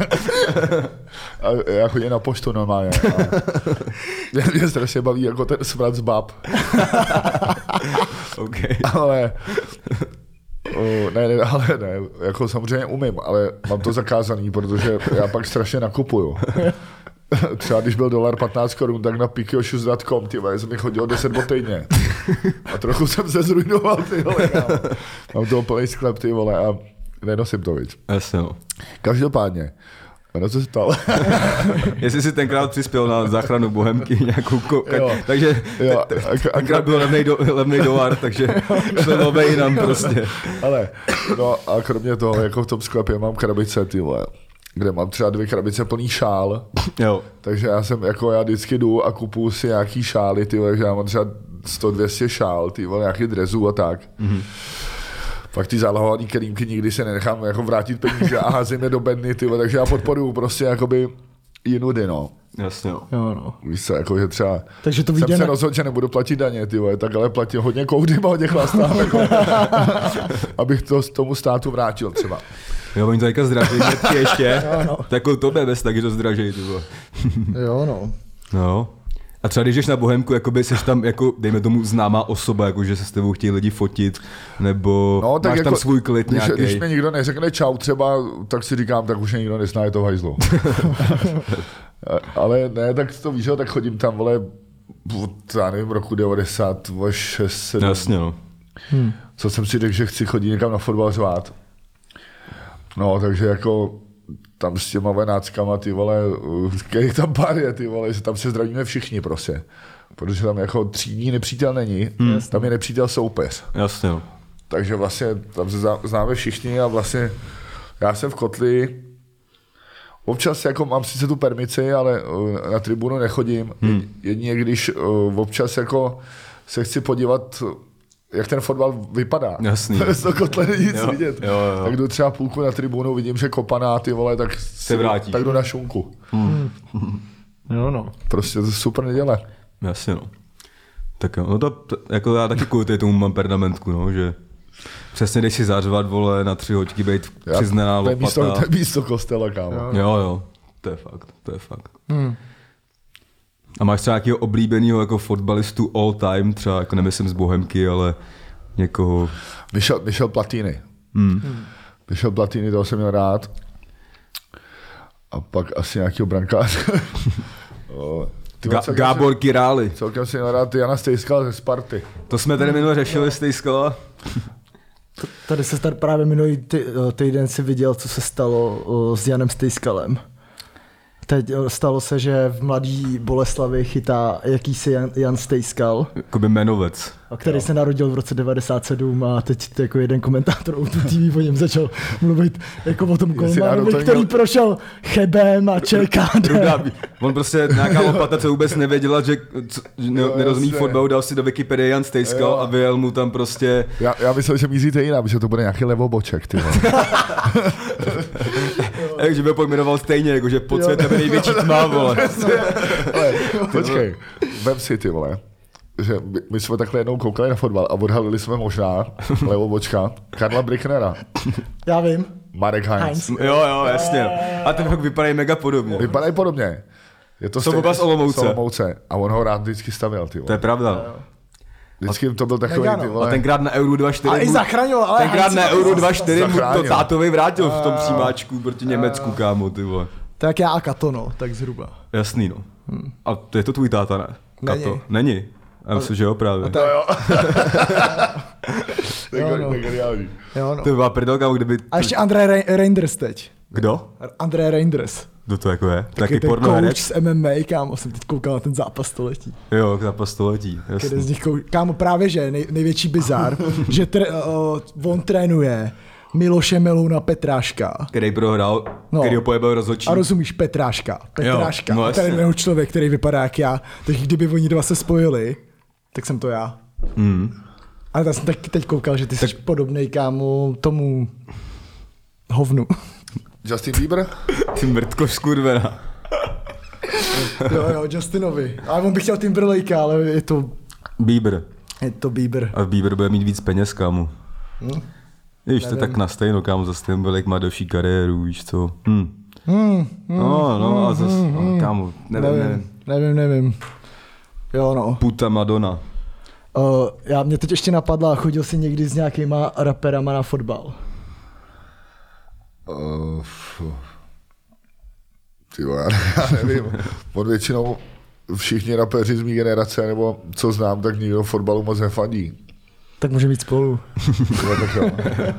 S3: A já chodím na poštu normálně. A mě, mě strašně baví jako ten smrad z bab.
S2: Okay.
S3: Ale, o, ne, ne, ale ne, jako samozřejmě umím, ale mám to zakázaný, protože já pak strašně nakupuju. Třeba když byl dolar patnáct korun, tak na pikiošus tečka com, ty vole, jsem mi chodil deset bot týdně. A trochu jsem se zrujnoval, ty vole, kámo. Mám toho plný sklep, ty vole, a nenosím to, víc.
S2: Jasně, no.
S3: Každopádně, na co se ptal?
S2: Jestli jsi tenkrát přispěl na záchranu Bohemky nějakou ko-
S3: Jo.
S2: takže
S3: Jo,
S2: te-
S3: a-
S2: te-
S3: a-
S2: tenkrát byl levnej, do, levnej dolar, takže šlo jinam prostě.
S3: Ale, no a kromě toho, jako v tom sklepě mám krabice, ty vole, kde mám třeba dvě krabice plný šál.
S2: Jo.
S3: Takže já jsem, jako já vždycky jdu a kupuju si nějaký šály, ty vole, že já mám třeba sto dvě stě šál, ty vole, nějaký drezů a tak. Mm-hmm. Pak ty zálohovaný kelímky nikdy se nenechám jako vrátit peníze a házím je do bedny, ty vole, takže já podporuju prostě jakoby jinudy, no.
S2: Jasně, jo.
S1: Jo, no.
S3: Víš co, jako že třeba
S1: Takže to
S3: jsem
S1: vyjde
S3: se
S1: na...
S3: rozhodl, že nebudu platit daně, ty vole, tak ale platím hodně koudím a hodně chlastám, jako, abych to tomu státu vrátil třeba.
S2: Jo, oni to teďka zdraží hnedky ještě.
S1: Jo, no.
S2: Tak jako tobě bez taky to zdraží, ty vole.
S1: Jo, no.
S2: No. A třeba když jdeš na Bohemku, jakoby jsi tam, jako, dejme tomu, známá osoba, jako, že se s tebou chtějí lidi fotit, nebo
S3: No, tak
S2: máš
S3: jako,
S2: tam svůj klid
S3: když,
S2: nějaký.
S3: když mi nikdo neřekne čau třeba, tak si říkám, tak už mě nikdo nezná, je to hajzlo. Ale ne, tak to víš, jo, tak chodím tam, vole, od, já nevím, roku devadesát šest sedm.
S2: Jasně, no.
S1: Hmm.
S3: Co jsem si řekl, že chci chodit někam na fotbal řvát. No, takže jako tam s těma venáckama, ty vole, kterých tam pár je, ty vole, že tam se zdravíme všichni prostě. Protože tam jako třídní nepřítel není, hmm. tam je nepřítel soupeř.
S2: Jasně, no.
S3: Takže vlastně tam se známe všichni a vlastně já jsem v kotli, občas jako mám sice tu permici, ale na tribunu nechodím. Hmm. Jedině když občas jako se chci podívat, jak ten fotbal vypadá.
S2: Jasný.
S3: Z toho kotle není nic
S2: Jo,
S3: vidět.
S2: jo, jo.
S3: Tak jdu třeba půlku na tribunu, vidím, že kopaná, ty vole, tak
S2: Se vrátíš.
S3: tak jdu na šunku.
S2: Hmm.
S1: Jo, no.
S3: Prostě to je super neděle.
S2: Jasně, no. Tak jo, no to, to jako já taky kvůli tomu mám pernamentku, no, že přesně jdeš si zařvat, vole, na tři hoďky být
S3: Já-
S2: přiznaná
S3: to je místo,
S2: lopata.
S3: to je místo kostela, kámo.
S1: Jo.
S2: Jo, jo, to je fakt, to je fakt.
S1: Hmm.
S2: A máš třeba nějakého oblíbeného jako fotbalistu all time, třeba jako nemyslím z Bohemky, ale někoho...
S3: Michel, Michel Platini.
S2: Hmm.
S3: Michel Platini, toho jsem měl rád. A pak asi nějakého brankáře. O, ty vole,
S2: Ga-
S3: celkem
S2: Gábor
S3: jsem-
S2: Király.
S3: Celkem jsem měl rád Jana Stejskala ze Sparty.
S2: To jsme tady minule řešili z té skala.
S1: Tady se tady právě minulý ty, týden si viděl, co se stalo o, s Janem Stejskalem. Teď o, stalo se, že v Mladý Boleslavi chytá jakýsi Jan, Jan Stejskal,
S2: Jakoby jmenovec.
S1: který jo. se narodil v roce devadesát sedm a teď jako jeden komentátor O dva T V o něm začal mluvit jako o tom golmanovi, který měl... prošel Chebem a ČKD.
S2: On prostě nějaká lopata, co vůbec nevěděla, že co, ne,
S3: jo,
S2: nerozumí fotbalu, dal si do Wikipedie Jan Stejskal a vyjel mu tam prostě...
S3: Já, já myslel, že míříte jinak, že to bude nějaký levoboček, ty vole.
S2: Takže by ho pojmenoval stejně, jakože pod světem největší tma, vole.
S3: Ale, počkej, vem si, ty vole, že my, my jsme takhle jednou koukali na fotbal a odhalili jsme možná levobočka Karla Bricknera.
S1: Já vím.
S3: Marek Heinz.
S1: Heinz.
S2: Jo, jo, jasně. A ten fakt vypadají mega podobně.
S3: Vypadají podobně. Je to
S2: Jsou oba z Olomouce.
S3: Olomouce. A on ho rád vždycky stavěl, ty vole.
S2: To je pravda.
S3: Vždycky to byl takový,
S1: Mega, no.
S3: ty
S2: A
S3: vole.
S2: tenkrát na Euro dva čtyři
S1: A i
S2: mu-
S1: zachraňoval, ale
S2: tenkrát
S1: Heinz
S2: na
S1: to
S2: Euro
S1: zase
S2: dva čtyři mu to
S3: zachránil.
S2: tátovi vrátil v tom přímáčku proti Německu, kámo, ty vole.
S1: Tak já a Kato, no, tak zhruba.
S2: Jasný, no. A to je to tvůj táta, ne?
S1: Není.
S2: Kato. Není. Já myslím, že jo, právě.
S1: To
S3: jo. To
S1: Jo,
S3: je
S1: no.
S3: to je geniální.
S1: Jo, no.
S2: To byla prdel, kámo, kdyby...
S1: A ještě André Re- Reinders teď.
S2: Kdo?
S1: André Reinders.
S2: Kdo to jako je?
S1: Taky
S2: Taky
S1: ten
S2: porno
S1: coach
S2: herec?
S1: z M M A, kámo, jsem teď koukal na ten zápas století.
S2: Jo, zápas století,
S1: Kde z
S2: jasný.
S1: nich kou... Kámo, právě že, nej, největší bizár, že tre, uh, on trénuje Miloše Melouna Petráška.
S2: Který prohrál,
S1: No.
S2: který ho pojebal rozhodčí.
S1: A rozumíš, Petráška. Petráška.
S2: no
S1: No,
S2: jasně.
S1: trénuje člověk, který vypadá jak já. Tak kdyby oni dva se spojili, tak jsem to já.
S2: Mm.
S1: Ale já jsem tak teď koukal, že ty jsi podobnej, kámo, tomu hovnu.
S3: Justin Bieber?
S2: Ty mrtko skurvená.
S1: Jo, jo, Justinovi. Ale on by chtěl Timberlakea, ale je to,
S2: Bieber.
S1: je to Bieber.
S2: A Bieber bude mít víc peněz, kámo.
S1: Hm?
S2: Víš, to je tak na stejno, kámo, zase Timberlake má delší kariéru, víš co. Hm.
S1: Hmm,
S2: No, no, a zase, no, kámo, nevím, nevím.
S1: nevím, nevím, nevím. Jo, no.
S2: Puta Madonna.
S1: Uh, já mě teď ještě napadla, chodil jsi někdy s nějakýma raperama na fotbal?
S3: Uh, ty vole, já nevím. On většinou všichni rapeři z mý generace, nebo co znám, tak nikdo fotbalu moc nefandí.
S1: Tak může být spolu.
S3: Jo, tak jo.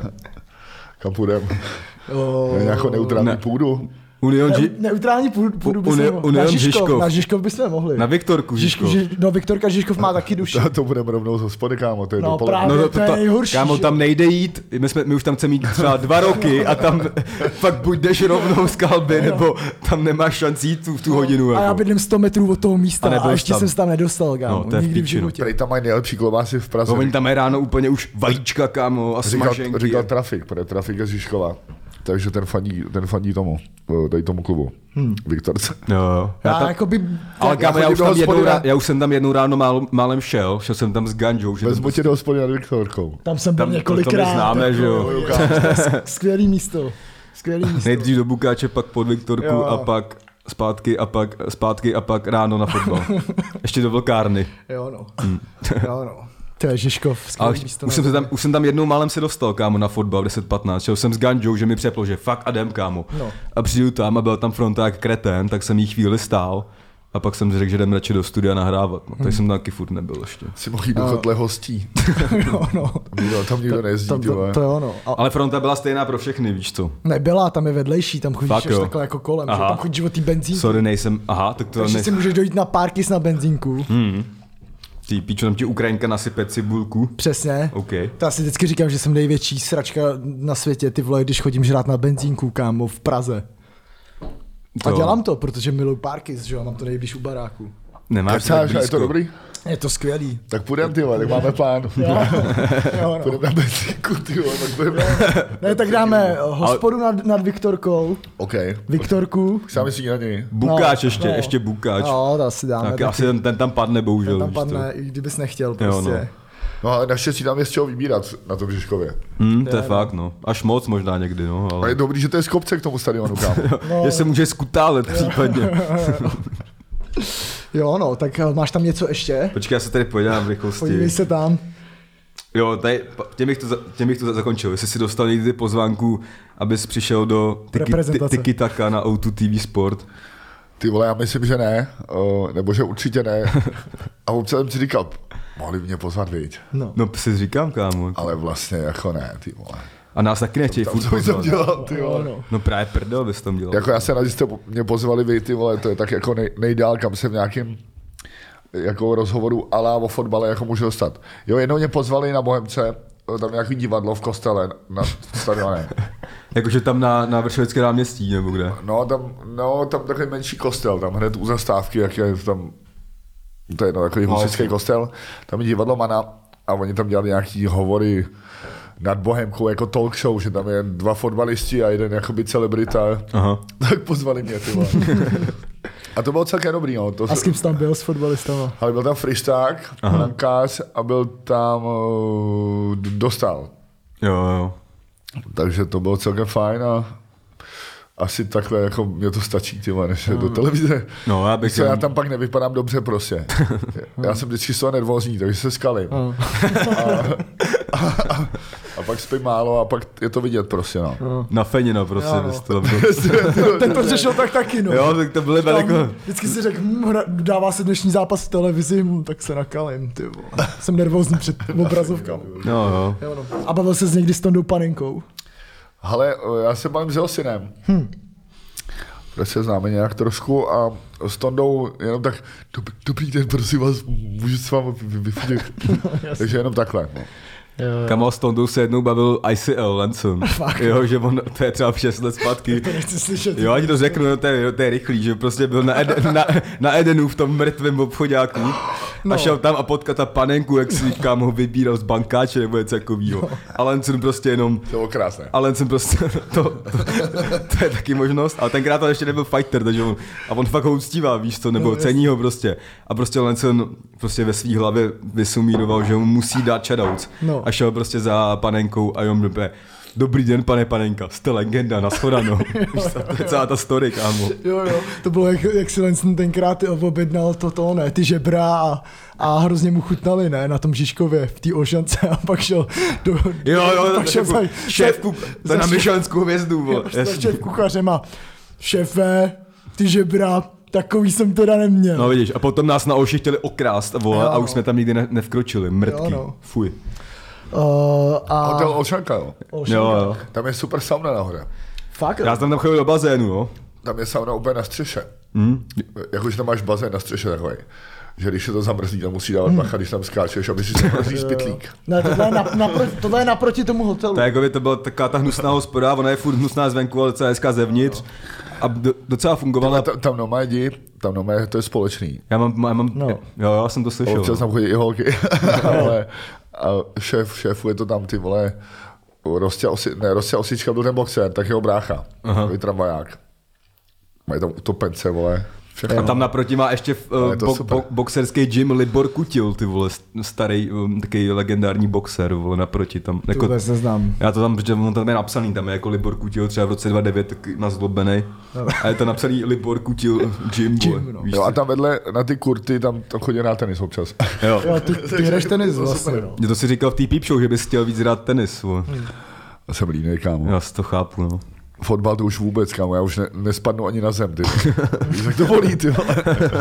S3: Kam půjdem?
S1: Uh,
S3: Na nějakou neutrální
S2: ne.
S3: půdu?
S2: Union
S1: ne,
S2: Ži-
S1: neutrální půdu, půdu bychom
S2: Uni-
S1: mohli.
S2: Union
S1: Na Žižkov,
S2: Žižkov.
S1: na Žižkov bychom mohli.
S2: Na Viktorku
S1: Žižkov.
S2: Žižkov.
S1: Ži, no Viktorka Žižkov má taky duši.
S3: To, to budeme rovnou z hospody, kámo, to je
S1: No
S3: dopoledne.
S1: právě.
S2: No
S1: to je nejhorší,
S2: kámo,
S1: že?
S2: tam nejde jít, my, jsme, my už tam chceme jít třeba dva roky a tam fakt buď jdeš rovnou z kalby, nebo tam nemáš šanci jít tu, v tu hodinu.
S1: A já
S2: Jako.
S1: bydlím sto metrů od toho místa
S2: A
S1: a,
S2: nebyl
S1: ještě
S2: tam.
S1: jsem se tam nedostal, kámo.
S2: No, to je v
S1: Nikdy v
S2: píči, no.
S1: životě.
S3: Tady tam mají nejlepší klobásy v Praze.
S2: No, oni tam mají ráno úplně už vajíčka, kámo, a
S3: Říkal,
S2: smaženky.
S3: říkal trafik, protože trafik je z Žižkova. Takže ten fandí, ten fandí tomu, tady tomu klubu. Hmm. Viktorce.
S2: Jo, jo. Já
S1: Já
S2: tam,
S1: jakoby...
S2: ale kámo, já,
S3: chodím
S2: už
S3: do
S2: tam jednou,
S3: hospody,
S2: rá, já už jsem tam jednou ráno málo, málem šel, šel jsem tam s ganžou. Že
S3: Vezmu tě do hospody nad Viktorkou.
S1: Tam jsem byl
S2: Tam- to- to my
S1: několikrát.
S2: známe, že jo.
S1: jako, je- Skvělý místo. Skvělý místo.
S2: Nejdřív do Bukáče, pak pod Viktorku
S1: Jo.
S2: a pak zpátky a pak zpátky a pak ráno na fotbal. Ještě do Vlkárny.
S1: Jo no. Jo no. To je Žižkov,
S2: Ale
S1: skvělý místo.
S2: už jsem, se tam, už jsem tam jednou málem se dostal, kámo, na fotbal v deset patnáct. Šel jsem s ganžou, že mi přeplo, že fakt a jdem, kámo.
S1: No.
S2: A přijdu tam a byl tam fronták kretén, tak jsem jí chvíli stál. A pak jsem si řekl, že jdem radši do studia nahrávat. No, tak jsem tam taky furt nebyl ještě.
S3: Si mohl jít do kotle hostí.
S1: Jo no.
S3: Nikdo, tam nikdo nejezdí,
S1: Tam
S3: ty
S1: to,
S3: vole.
S1: to jo no. A
S2: Ale fronta byla stejná pro všechny, víš co?
S1: nebyla, tam je vedlejší, tam chodíš
S2: Fakt
S1: až
S2: jo.
S1: takhle jako kolem, že?
S2: Aha.
S1: Tam chodíš od té benzínky.
S2: Sorry, nejsem, aha, tak to
S1: Takže
S2: ne...
S1: si můžeš dojít na Parkis na benzínku.
S2: Hmm. Ty píčo, tam ti Ukrajinka nasype cibulku.
S1: Přesně.
S2: OK.
S1: To já si vždycky říkám, že jsem největší sračka na světě, ty vole, když chodím žrát na benzínku, kámo, v Praze. A
S2: To-
S1: dělám to, protože miluji Parkis, že jo, mám to nejblíž u baráku.
S2: Nemáš tak
S3: Kecáš, a je to
S2: blízko.
S3: dobrý?
S1: Je to skvělý.
S3: Tak půjdem, ty vole, tak máme plán.
S1: Jo, jo no.
S3: Půjdeme na benzínku, ty vole, tak budeme.
S1: Ne, tak dáme hospodu nad, nad Viktorkou,
S3: OK.
S1: Viktorku.
S3: Sáme si na něj.
S2: Bukáč
S1: No,
S2: ještě,
S1: no.
S2: ještě Bukáč.
S1: No, to asi dáme.
S2: Tak
S1: taky.
S2: asi ten, ten tam padne, bohužel.
S1: Ten tam
S2: víš co.
S1: padne, i kdybys nechtěl
S2: Jo,
S1: prostě.
S2: no.
S3: No ale naštěstí tam je z čeho vybírat na tom Žižkově.
S2: Hmm, to je fakt, no. Až moc možná někdy, no.
S3: A
S2: Ale...
S3: je dobrý, že to je z kopce k tomu stadionu, kámo.
S1: No.
S2: Že se může skutálet případně.
S1: Jo, no, tak eh, máš tam něco ještě?
S2: Počkej, já se tady podívám v rychlosti.
S1: Podívej se tam.
S2: Jo, tady, pa- tím bych to, za- tím bych to za- zakončil. Jestli si dostal někdy pozvánku, abys přišel do Tiki,
S1: Reprezentace.
S2: tiki Taka na O dva T V Sport.
S3: Ty vole, já myslím, že ne, o, nebo že určitě ne. A občas jsem si říkal, mohli mě pozvat, viď.
S1: No.
S2: No si říkám, kámo.
S3: Ale vlastně jako ne, ty vole.
S2: A nás taky nechtějí
S3: Tam
S2: furt
S3: co bych tam
S2: pozvat.
S3: dělal, ty
S1: No,
S3: vole.
S1: no.
S2: No právě prdel bys tam dělal.
S3: Jako já se rád, že jste mě pozvali vy, ty vole, to je tak jako nej, nejdál, kam jsem v nějakým jako rozhovoru alá o fotbale jako můžu dostat. Jo, jednou mě pozvali na Bohemce, tam nějaký divadlo v kostele na stadioně.
S2: Jakože tam na, na Vršovické náměstí, nebo kde?
S3: No, tam, no, tam takový menší kostel, tam hned u zastávky, jak je tam, to je no, takový
S2: No,
S3: husitský kostel, tam je divadlo Mana a oni tam dělali nějaký hovory nad Bohemkou jako talk show, že tam je dva fotbalisti a jeden jakoby celebrita,
S2: Aha.
S3: tak pozvali mě, ty vole. A to bylo celkem dobrý, no. To
S1: A s kým jsi tam byl s fotbalistama?
S3: ale byl tam Frišták, brankář a byl tam uh, Dostal.
S2: Jo, jo.
S3: Takže to bylo celkem fajn a asi takhle jako mě to stačí, ty vole, než do televize.
S2: No, já bych
S3: Co, já
S2: jenom-
S3: tam pak nevypadám dobře prostě. Já jsem vždycky z toho nervózní, takže se skalím. A, a, a, a pak spím málo a pak je to vidět prostě, no.
S2: Na Fenina prostě.
S1: Jo, no.
S2: bys to tam-
S1: Ten to řešil tak taky, no.
S2: Jo, tak to byly
S1: Tam
S2: veliko...
S1: Vždycky si řekl, hm, hra- dává se dnešní zápas v televizi, hm, tak se nakalím, ty vole. Jsem nervózní před obrazovkami.
S2: Jo, jo.
S1: Jo, no. A bavil se s někdy s Tondou Panenkou?
S3: Ale já se bavím s jeho synem. Hm. Protože se známe nějak trošku a s Tondou jenom tak, dobrý, dobrý den, prosím vás, můžu s vámi vyfotit. Takže jenom takhle. No.
S2: Kamal s Tondou se jednou bavil I C L Lenson. Jo, že on, to je třeba šest let zpátky.
S1: To nechci slyšet.
S2: Jo, ať to řeknu, no, to, je, to je rychlý, že prostě byl na, Eden, na, na Edenu v tom mrtvém obchodáku
S1: No.
S2: a šel tam a potkat ta panenku, jak si kámo ho vybíral z bankáče nebo něco takovýho. A Lenson prostě jenom,
S3: To bylo krásné.
S2: a Lenson prostě, to, to, to, je taky možnost, ale tenkrát to ještě nebyl fighter, takže on, a on fakt ho uctívá, víš co, nebo
S1: No,
S2: cení ho prostě. A prostě Lenson prostě ve svý hlavě vysumíroval, že mu musí dát shoutouts.
S1: No.
S2: A šel prostě za panenkou a on byl dobrý den, pane panenka, jste legenda, nashledanou. Víš co, to je celá ta story, kámo.
S1: Jo, jo, to bylo, jak, jak si Lenson tenkrát objednal toto, ne, ty žebra a, a hrozně mu chutnali, ne, na tom Žižkově, v té Ošance a pak šel do...
S2: Jo, jo,
S1: pak
S2: to
S1: šel
S2: jako
S1: za,
S2: šéf, kup, to je na myšlenskou hvězdu, vole.
S1: za šéf kuchařem a šéfe, ty žebra, takový jsem teda neměl.
S2: No vidíš, a potom nás na Oši chtěli okrást, vole,
S1: Jo.
S2: a už jsme tam nikdy ne, nevkročili, mrtky,
S1: Jo, no.
S2: fuj.
S1: Uh, a...
S3: Hotel Olšanka, jo.
S1: Ošan-
S2: Jo, jo.
S3: Tam je super sauna nahoře.
S1: Fakt?
S2: Já jsem tam chodil do bazénu, jo.
S3: Tam je sauna úplně na střeše.
S2: Hm?
S3: Jakože tam máš bazén na střeše takový. Že když se to zamrzlí, tam musí dávat bacha, když tam skáčeš, aby si zamrzlý zpytlík.
S1: Ne, tohle je, na, napro, tohle je naproti tomu hotelu.
S2: To, jako by to byla taková ta hnusná hospoda, ona je furt hnusná zvenku, ale celá hezká zevnitř. A do, docela fungovala.
S3: Tam, tam nomé jdi, tam nomé, to je společný.
S2: Já mám, já mám
S1: No.
S2: jo, jo, já jsem to slyšel.
S3: Občas
S2: No.
S3: tam chodí i holky. Ale a šéf, šéfu je to tam, ty vole, Rostě, Osi, ne, Rostě Osička byl ten boxer, tak jeho brácha, takový tramvaják. Mají tam utopence, vole. Všechno.
S2: A tam naproti má ještě
S3: Ale
S2: uh,
S3: je to
S2: bo,
S3: super.
S2: bo, boxerský gym Libor Kutil, ty vole, starý, um, takový legendární boxer, vole, naproti tam.
S1: To
S2: Jako,
S1: vůbec neznám.
S2: já to tam, protože on tam je napsaný, tam je jako Libor Kutil, třeba v roce dva tisíce devět, tak nazlobený. A je to napsaný Libor Kutil gym, vole,
S1: Gym, no.
S2: víš
S3: Jo, a
S2: co?
S3: tam vedle, na ty kurty, tam, tam chodí na tenis občas.
S2: Jo.
S1: Jo, ty, ty hraješ tenis vlastně, no.
S2: Mě to si říkal v té Peep Show, že bys chtěl víc hrát tenis, vole.
S3: Já jsem línej, kámo.
S2: Já si to chápu, no.
S3: Fotbal to už vůbec, kámo, já už ne, nespadnu ani na zem, ty. Víš, jak to bolí, ty vole.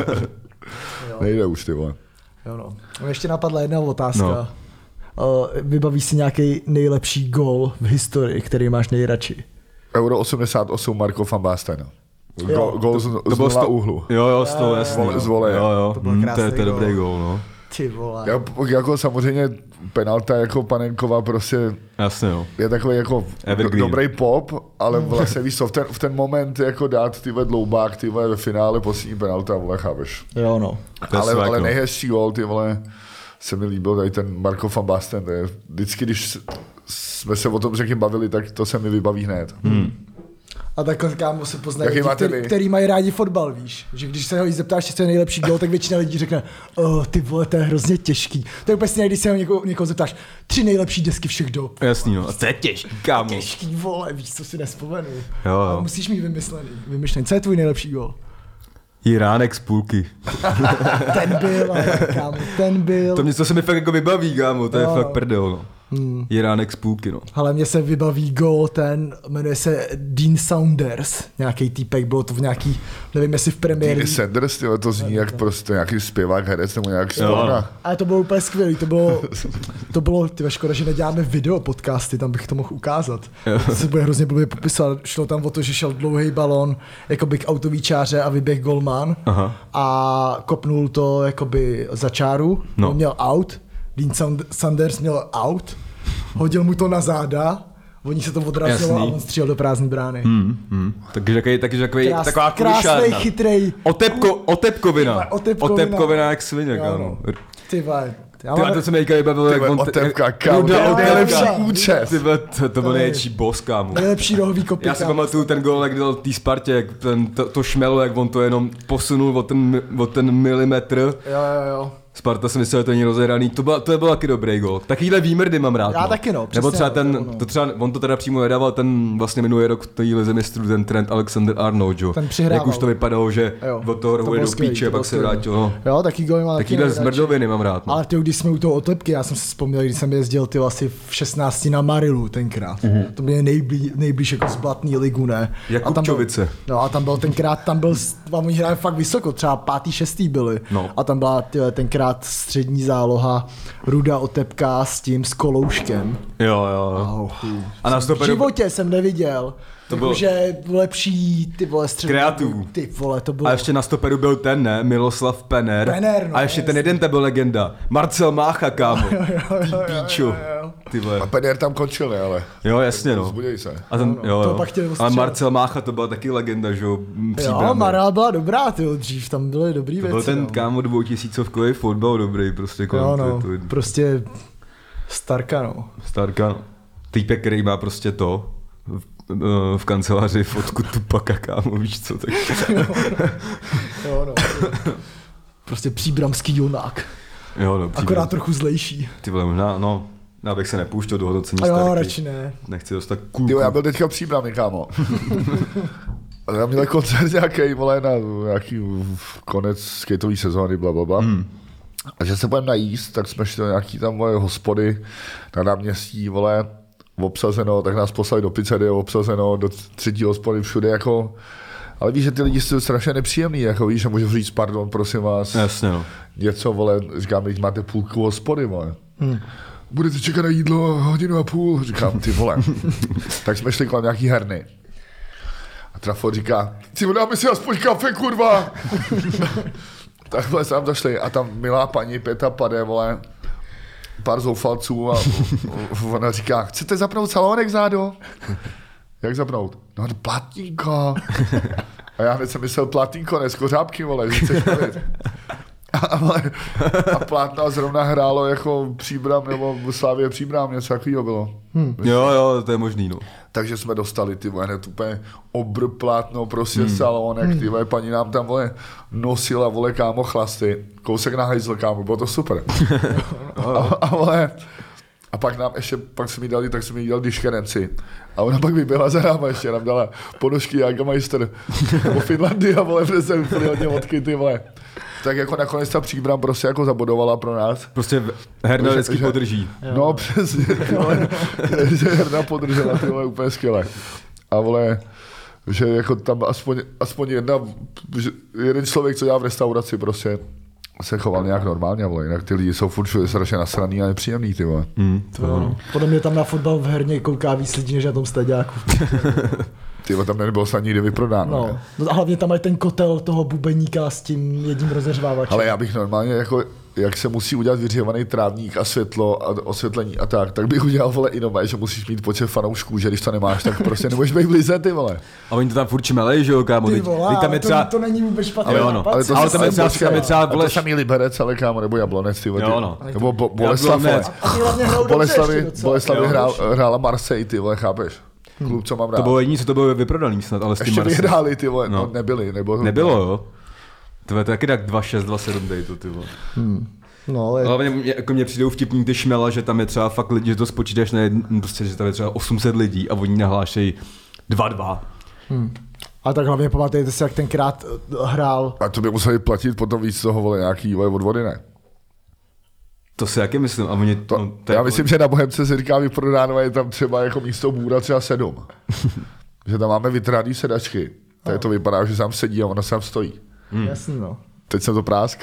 S3: Nejde už, ty vole.
S1: Jo, no. Mě ještě napadla jedna otázka.
S2: No.
S1: Uh, vybavíš si nějaký nejlepší gól v historii, který máš nejradši?
S3: Euro osmdesát osm Marko van Basten.
S1: Jo.
S3: Go, gol z, z
S2: bylo
S3: nula
S2: sto-
S3: úhlu.
S2: Jo, jo, z toho, jasný.
S3: Z voleje.
S2: Jo, jo,
S1: To byl
S2: hm, to,
S1: krásný
S2: je, to je dobrý
S1: gól.
S2: gól, no.
S1: Ty vole.
S3: Já, jako samozřejmě penalta jako Panenková prostě
S2: Jasně, jo.
S3: je takový jako do,
S2: Evergreen.
S3: dobrý pop, ale vlastně víš co, v ten, v ten moment jako dát ty dloubák, ty vole, ve finále poslední penalta, vole, chápeš.
S1: Jo, no.
S2: To je
S3: Ale,
S2: svák,
S3: ale
S2: no.
S3: nejhezčí gol, ty vole, se mi líbil tady ten Marko van Basten, to je, vždycky, když jsme se o tom řekl bavili, tak to se mi vybaví hned. Hmm.
S1: A takhle kámo se poznají
S3: Jaký
S1: lidi,
S3: máte
S1: který,
S3: vy?
S1: který mají rádi fotbal, víš. Že když se ho jí zeptáš, co je nejlepší gol, tak většina lidí řekne, oh, ty vole, to je hrozně těžký. To je úplně stejné, když se ho někoho, někoho zeptáš, tři nejlepší desky všech dob.
S2: Jasný, no. A to je těžký, kámo.
S1: Těžký, vole, víš, co si nespomenu.
S2: Jo, jo.
S1: Ale musíš mít vymyslený, vymyšlený. Co je tvůj nejlepší gol?
S2: Jiránek z půlky.
S1: Ten byl, ale, kámo, ten byl.
S2: To mě, co se mi fakt jako vybaví, kámo, to je
S1: Jo.
S2: fakt prdel, no.
S1: Hmm.
S2: Jiránek z půlky, no.
S1: Ale mně se vybaví gol ten, jmenuje se Dean Saunders, nějaký týpek, bylo to v nějaký, nevím jestli v Premier
S3: Dean
S1: League.
S3: Sanders, tyhle, to zní jak prostě nějaký zpěvák, herec nebo nějak zpěvák.
S1: Ale to bylo úplně skvělý, to bylo, to bylo, tyhle, škoda, že neděláme video podcasty, tam bych to mohl ukázat. To se bude hrozně blbě popisovat, šlo tam o to, že šel dlouhý balón jakoby k autový čáře a vyběh golman a kopnul to jakoby za čáru,
S2: no.
S1: On měl out, Dean Sanders měl out, hodil mu to na záda, oni se to odrazilo a on střílel do prázdné brány.
S2: Hmm, hmm. Takže takový, takže takový,
S1: Krás,
S2: taková
S1: krásnej,
S2: kulišárna.
S1: chytrej.
S2: Otepko, otepkovina.
S1: Otepkovina.
S2: Otepkovina jak svině,
S1: Jo,
S2: kámo.
S1: no. Ty vole. Já
S2: Ty,
S1: mám-
S2: a to se mi teďka vybavilo, jak on...
S3: Otepka, kámo,
S2: Ruda
S3: to je
S2: Otepka.
S3: nejlepší
S1: Jo.
S3: účes.
S2: Ty vole, to, to byl největší boss, kámo.
S1: Nejlepší rohový kopík.
S2: Já si pamatuju ten gól, jak dal té Spartě, jak ten, to, to šmelo, jak on to jenom posunul o ten, o ten milimetr.
S1: Jo, jo, jo.
S2: Sparta si myslel, že to není rozehraný. To byl, to byl taky dobrý gól. Takovýhle výmrdy mám rád.
S1: Já taky no,
S2: Nebo
S1: přesně,
S2: třeba ten,
S1: no, no.
S2: to třeba, on to teda přímo nedával, ten vlastně minulý rok v té lize mistrů, ten Trent Alexander-Arnold, jo.
S1: Ten přihrával.
S2: Jak už to vypadalo, že
S1: Jo,
S2: od toho
S1: to
S2: rohu
S1: bylo
S2: do
S1: skvělý,
S2: píče,
S1: to bylo
S2: pak se
S1: skvělý.
S2: vrátil. No.
S1: Jo, taky gol mám taky
S2: Takýhle
S1: nejradši.
S2: zmrdoviny mám rád. No.
S1: Ale ty, když jsme u toho Otepky, já jsem si vzpomněl, když jsem jezdil ty asi v šestnácti na Marilu tenkrát.
S2: Mhm.
S1: To bylo nejblíž, nejblíž jako z Blatný ligu, ne?
S2: Jakubčovice.
S1: A tam byl, no a tam byl tenkrát, tam byl, tam oni hráli fakt vysoko, třeba pátý, šestý byli.
S2: No.
S1: A tam byla tyhle, tenkrát střední záloha Ruda Otepka s tím, s Kolouškem.
S2: Jo, jo, jo.
S1: Oh,
S2: A na
S1: v
S2: stoperu...
S1: životě jsem neviděl. To
S2: bylo-
S1: bylo... Že lepší, ty vole, střední.
S2: Kreativů.
S1: Ty vole, to bylo...
S2: A ještě na stoperu byl ten, ne? Miloslav Penner.
S1: Penner, no,
S2: a ještě ten jeden, ten byl legenda. Marcel Mácha, kámo. Ty píču. Ty vole.
S3: A Penner tam končil, ne, ale.
S2: Jo, jasně, no.
S3: Zbuděj se.
S2: A ten,
S1: no,
S2: jo,
S1: to
S2: jo.
S1: pak chtěli
S2: Ale
S1: ostřílet.
S2: Marcel Mácha, to byla taky legenda, že jo,
S1: Jo,
S2: příbram.
S1: Mara byla dobrá, ty dřív, tam byly dobrý
S2: To
S1: věci.
S2: byl ten
S1: no.
S2: kámo dvoutisícovkový fotbal dobrý, prostě kolem
S1: Jo, no,
S2: to, to,
S1: prostě starka, no.
S2: Starka, no. Týpek, který má prostě to v, v kanceláři fotku Tupaka, kámo, víš co, tak...
S1: Jo, no. Prostě příbramský junák.
S2: Jo, no, příbram.
S1: Akorát trochu zlejší.
S2: Ty vole, možná, no, já bych se nepouštěl do hodnocení
S1: A jo,
S2: Starky.
S1: radši ne.
S2: Nechci dostat kůlku.
S3: Tyjo, já byl teďka v Příbrami, kámo. A já měl koncert nějaký, vole, na nějaký konec skateové sezóny, blablabla. Hmm. A že se budeme najíst, tak jsme šli do nějaký tam, vole, hospody na náměstí, vole, obsazeno, tak nás poslali do pizzerie, obsazeno, do třetí hospody, všude, jako... Ale víš, že ty lidi jsou strašně nepříjemný, jako víš, že můžu říct, pardon, prosím vás,
S2: Jasně, no.
S3: něco, vole, říkám, když máte půlku hospody, vole.
S1: Hmm.
S3: Budete čekat na jídlo hodinu a půl, říkám, ty vole. Tak jsme šli kolem nějaký herny. A Trafo říká, ty vole, dáme si aspoň kafe, kurva. Takhle se tam zašli a tam milá paní Pěta pade, vole, pár zoufalců a ona říká, chcete zapnout salónek zádo? Jak zapnout? No, platínko. A já hned jsem myslel platínko, ne skořápky, vole, že chceš mluvit. A, vole, a plátno zrovna hrálo jako Příbram nebo Slavie Příbram, něco takového bylo.
S1: Hmm.
S2: Jo, jo, to je možný, no.
S3: Takže jsme dostali ty vole, hned úplně obr plátno, prostě
S2: Hmm.
S3: salónek, ty vole, paní nám tam vole nosila, vole, kámo, chlasty, kousek na hajzl, kámo, bylo to super. a, a, vole, a pak nám ještě, pak jsme jí dali, tak jsme jí dali diškerenci. A ona pak vyběhla za náma ještě, nám dala ponožky Jagermeister nebo Finlandia, vole, protože jsem úplně hodně vodky, ty vole. Tak jako nakonec ta Příbram prostě jako zabodovala pro nás.
S2: Prostě herna
S3: Že-
S2: vždycky
S3: že-
S2: podrží.
S3: No přesně, ty vole, že herna podržela, ty vole, úplně skvěle. A vole, že jako tam aspoň, aspoň jedna, že jeden člověk, co dělá v restauraci, prostě se choval nějak normálně, vole, jinak ty lidi jsou furt všude strašně nasraný a nepříjemný, ty vole.
S2: Hmm, to
S1: To,
S2: ono.
S1: podle mě tam na fotbal v herně kouká víc lidí, než na tom staďáku.
S3: Ty vole, tam nebylo snad nikdy vyprodáno.
S1: No.
S3: Ne?
S1: no a hlavně tam je ten kotel toho bubeníka s tím jedním rozeřvávačem.
S3: Ale já bych normálně jako, jak se musí udělat vyřevaný trávník a světlo a osvětlení a tak, tak bych udělal, vole, i nové, že musíš mít počet fanoušků, že když to nemáš, tak prostě nemůžeš být v lize, ty vole.
S2: A oni to tam furt čmelej, že jo, kámo.
S1: Ty
S2: Teď-
S1: vole,
S2: teď tam
S1: ale
S2: je třeba...
S1: to, to není vůbec špatný
S2: Ale jo, no.
S1: nápad.
S2: Ale to
S1: Co
S2: ale
S1: si
S2: tam je
S1: si
S2: třeba-
S1: počkej.
S2: tam je třeba
S3: A to
S2: Boleš-
S3: samý Liberec, ale kámo, nebo Jablonec, ty vole.
S2: Jo,
S3: ty-
S2: no.
S3: Nebo bo, Boleslav,
S2: Jablonec.
S3: vole.
S1: A ty hlavně hrajou dobře
S3: Boleslavi,
S1: ještě docela.
S3: Boleslavi
S2: Jo.
S3: hrál, hrála Marseille, ty vole, chápeš? Klub, co mám rád.
S2: To bylo jediný, co to bylo vyprodaný snad, ale s tím
S3: Ještě
S2: Marseille.
S3: vyhráli, ty vole, no.
S2: No.
S3: no nebyli, nebo...
S2: Nebylo, jo. To je taky tak dva šest, dva sedm dej to, ty vole.
S1: No, ale
S2: Hlavně mě, jako mě přijdou vtipný ty šmela, že tam je třeba fakt lidi, že to spočítáš na jedn, prostě, že tam je třeba osm set lidí a oni nahlášejí dva dva.
S1: Hmm. A tak hlavně pamatujete si, jak tenkrát eh, hrál.
S3: A to by museli platit potom víc toho, vole, nějaký, vole, odvody, ne?
S2: To si jaký myslím. A oni,
S3: To,
S2: no, to
S3: já
S2: jako-
S3: myslím, že na Bohemce se říká vyprodáno, je tam třeba jako místo bůra třeba sedm. Že tam máme vytrhaný sedačky. Tak to vypadá, že sám sedí a ona sám stojí.
S1: Hmm. Jasný, no.
S3: Teď jsem to prásk.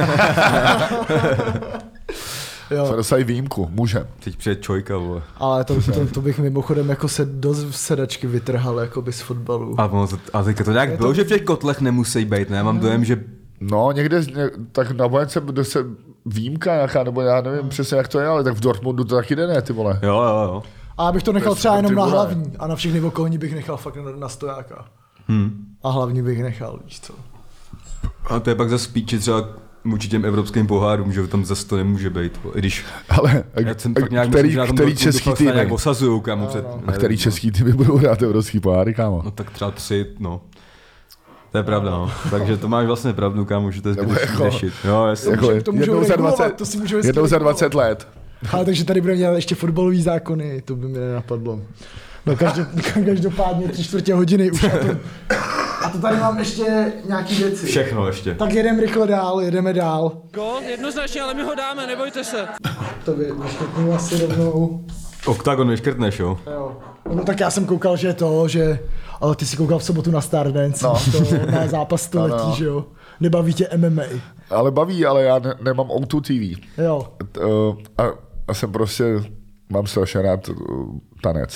S1: Jo.
S3: Jsme dostali výjimku, můžem.
S2: Teď přijde čojka, vole.
S1: Ale to, to, to, bych mimochodem jako se dost sedačky vytrhal jako by z fotbalu.
S2: A, ono to, a teďka to nějak
S1: Je
S2: bylo,
S1: to-
S2: že v těch kotlech nemusí být, ne? Já mám dojem, že
S3: No, někde, ně, tak na Bohemce se výjimka nějaká, nebo já nevím přesně, jak to je, ale tak v Dortmundu to taky jde, ne, ty vole.
S2: jo, jo, jo.
S1: A já bych to nechal
S3: To je
S1: třeba jenom na
S3: tribuna.
S1: hlavní a na všechny okolní bych nechal fakt na, na stojáka.
S2: Hm.
S1: A hlavní bych nechal, víš co.
S2: A to je pak za spíči třeba vůči těm evropským pohárům, že tam zase to nemůže být. I když
S3: Ale
S2: já jsem tak nějak
S3: který,
S2: myslím, že na tom
S3: který
S2: Dortmundu
S3: český
S2: fakt se nějak
S3: týmy?
S2: osazujou, kámo. Před,
S3: A který český týmy budou hrát evropský poháry, kámo?
S2: No tak třeba tři, no. To je pravda, no. Takže to máš vlastně pravdu, kámo, že to je zbytečný
S3: jako-
S2: řešit. Jo, jasně.
S1: může-
S3: Jako
S1: to můžou
S3: jednou za
S1: regulovat,
S3: dvacet,
S1: to si můžou hezky
S3: jednou za
S1: regulovat.
S3: dvacet let.
S1: Ale takže tady budeme dělat ještě fotbalový zákony, to by mi nenapadlo. No každop, každopádně tři čtvrtě hodiny už. A to, a to tady mám ještě nějaký věci.
S2: Všechno ještě.
S1: Tak jedeme rychle dál, jedeme dál.
S5: Gól, jednoznačně, ale my ho dáme, nebojte se.
S1: To by vyškrtnu asi rovnou.
S2: Oktagon vyškrtneš, jo?
S1: Jo. No tak já jsem koukal, že to, že... Ale ty jsi koukal v sobotu na Stardance,
S3: No.
S1: to na zápas století,
S3: No, no.
S1: že jo? Nebaví tě M M A.
S3: Ale baví, ale já ne, nemám O dva T V.
S1: Jo.
S3: T- uh, a, a jsem prostě, mám strašně rád uh, tanec.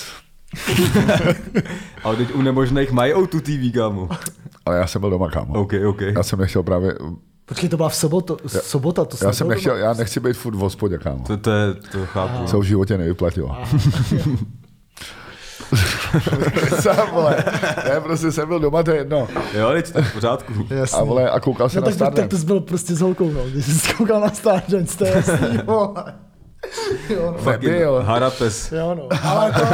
S2: Ale teď u nemožných mají O dva T V, kámo.
S3: Ale já jsem byl doma, kámo.
S2: OK, OK.
S3: Já jsem nechtěl právě,
S1: Počkej, to byla v sobotu, sobota, to
S3: já
S1: snad
S3: jsem
S1: bylo
S3: nechtěl,
S1: doma.
S3: já nechci být furt v hospodě, kámo.
S2: To, to, je, to chápu.
S3: Co v životě nevyplatilo. Sám, vole. Já prostě jsem byl doma, to je jedno.
S2: Jo, teď to je v pořádku.
S1: Jasný.
S3: A, vole, a koukal jsem
S1: No
S3: na
S1: tak, to, tak
S3: Stardance.
S1: to jsi byl prostě s holkou, no. Když jsi koukal na Stardance, to je jasný, vole. Jo, no.
S3: Nebyl.
S2: Harapes.
S1: Jo, no. Ale to...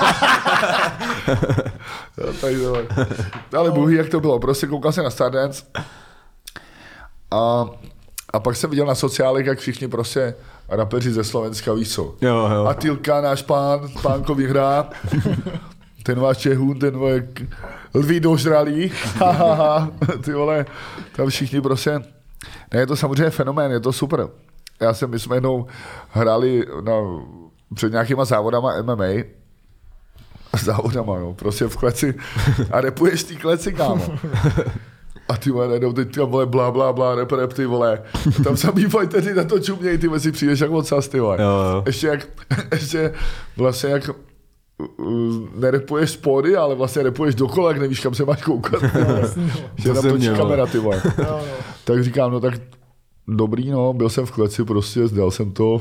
S3: Jo, tak, vole. Ale bohu, jak to bylo. Prostě koukal jsem na Stardance a, a pak jsem viděl na sociálech, jak všichni prostě rapeři ze Slovenska, víš co.
S2: Jo, jo.
S3: Atylka, náš pán, pánko vyhrá. Ten váš Čehůn, ten vole, k- lví dožralý. Ha, ha, ha. Ty vole, tam všichni prostě. Ne, je to samozřejmě fenomén, je to super. Já jsem, my jsme jednou hráli na, před nějakýma závodama M M A. Závodama, no, prostě v kleci. A repuješ ty kleci, kámo. A ty vole, najednou teď tam vole blá, blá, blá, rep, rep, ty vole. A tam samý fajteři na to čuměj, ty vole, si přijdeš jak odsaz, ty vole.
S2: Jo, jo.
S3: Ještě jak, ještě vlastně jak uh, nerepuješ spody, ale vlastně repuješ dokola, jak nevíš, kam se máš koukat. ty vole. Že
S2: To
S3: tam
S2: jsem
S3: točí
S2: měl,
S3: kamera, ty vole.
S1: Jo, no.
S3: Tak říkám, no tak dobrý, no, byl jsem v kleci, prostě zdal jsem to.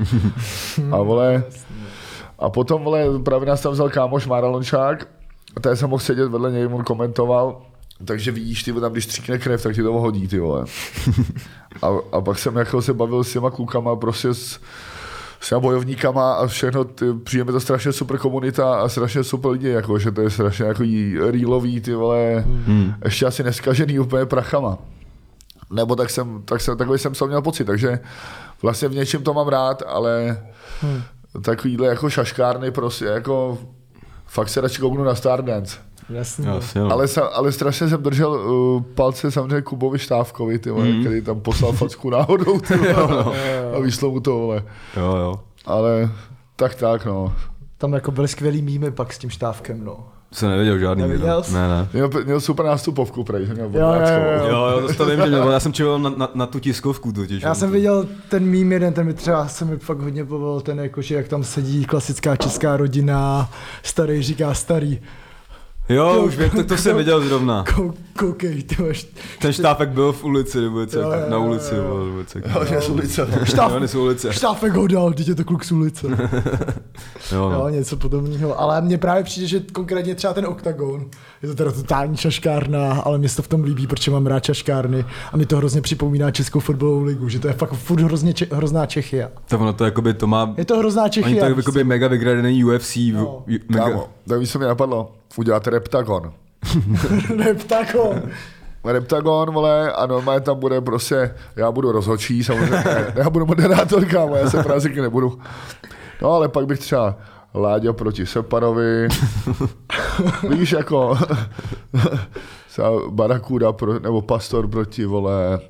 S3: A vole, a potom, vole, právě nás tam vzal kámoš Mára Lončák, a tady jsem mohl sedět vedle něj, on komentoval, takže vidíš, ty vole, tam když stříkne krev, tak ti to hodí, ty vole. A, a pak jsem jako se bavil s těma klukama, prostě s, s těma bojovníkama a všechno, ty, přijde mi to strašně super komunita a strašně super lidi, jako, že to je strašně jako reelový, ty vole, hmm. ještě asi neskažený úplně prachama. Nebo tak jsem, tak jsem, takový jsem to měl pocit, takže vlastně v něčem to mám rád, ale hmm. takovýhle jako šaškárny prostě, jako fakt se radši kouknu na Stardance.
S1: Jasný.
S2: Jasně, no.
S3: Ale, sa- ale strašně jsem držel uh, palce samozřejmě Kubovi Štávkovi, ty vole, mm. který tam poslal facku náhodou, ty vole, a vyšlo mu to, vole.
S2: Jo, jo.
S3: Ale tak tak, no.
S1: Tam jako byly skvělý mýmy pak s tím Štávkem, no.
S2: Jsem neviděl žádný
S1: Neviděl
S2: video.
S1: jsi?
S2: Ne, ne.
S3: Měl, měl super nástupovku, prej, že měl
S1: Jo, jo, jo.
S2: Jo, jo, to to vím, že měl, já jsem čekal na, na, na tu tiskovku totiž.
S1: Já jsem viděl ten mým jeden, ten mi třeba se mi fakt hodně bavil, ten jakože jak tam sedí klasická česká rodina, starý říká starý.
S2: Jo, už vím, to, to jsem viděl zrovna.
S1: Kou, koukej, ty máš.
S2: Ten Štáfek byl v ulici, nebo něco,
S1: Jo, jo,
S2: na
S1: jo,
S2: ulici,
S1: jo.
S2: nebo nebo něco.
S3: Jo, že z ulice.
S1: Štáf,
S2: Jo, nejsou ulice.
S1: Štáfek ho dal, teď je to kluk z ulice.
S2: Jo,
S1: Jo,
S2: no.
S1: něco podobného. Ale mně právě přijde, že konkrétně třeba ten Oktagon, je to teda totální šaškárna, ale mě se to v tom líbí, protože mám rád šaškárny a mi to hrozně připomíná Českou fotbalovou ligu, že to je fakt furt hrozně če- hrozná Čechia.
S2: To ono to jakoby to má...
S1: Je to hrozná
S2: Oni
S1: Čechia.
S2: to
S1: víš
S2: jakoby mega vygradený U F C.
S1: No.
S2: v- Mega...
S3: Kámo, tak víš, co mi napadlo? Udělat Reptagon.
S1: co? Reptagon.
S3: Reptagon, vole, a normálně tam bude prostě, já budu rozhodčí, samozřejmě, ne, já budu moderátor, kámo, já se práziky nebudu. No ale pak bych třeba Láďa proti Separovi, víš, jako třeba Barakuda, pro, nebo Pastor proti, vole,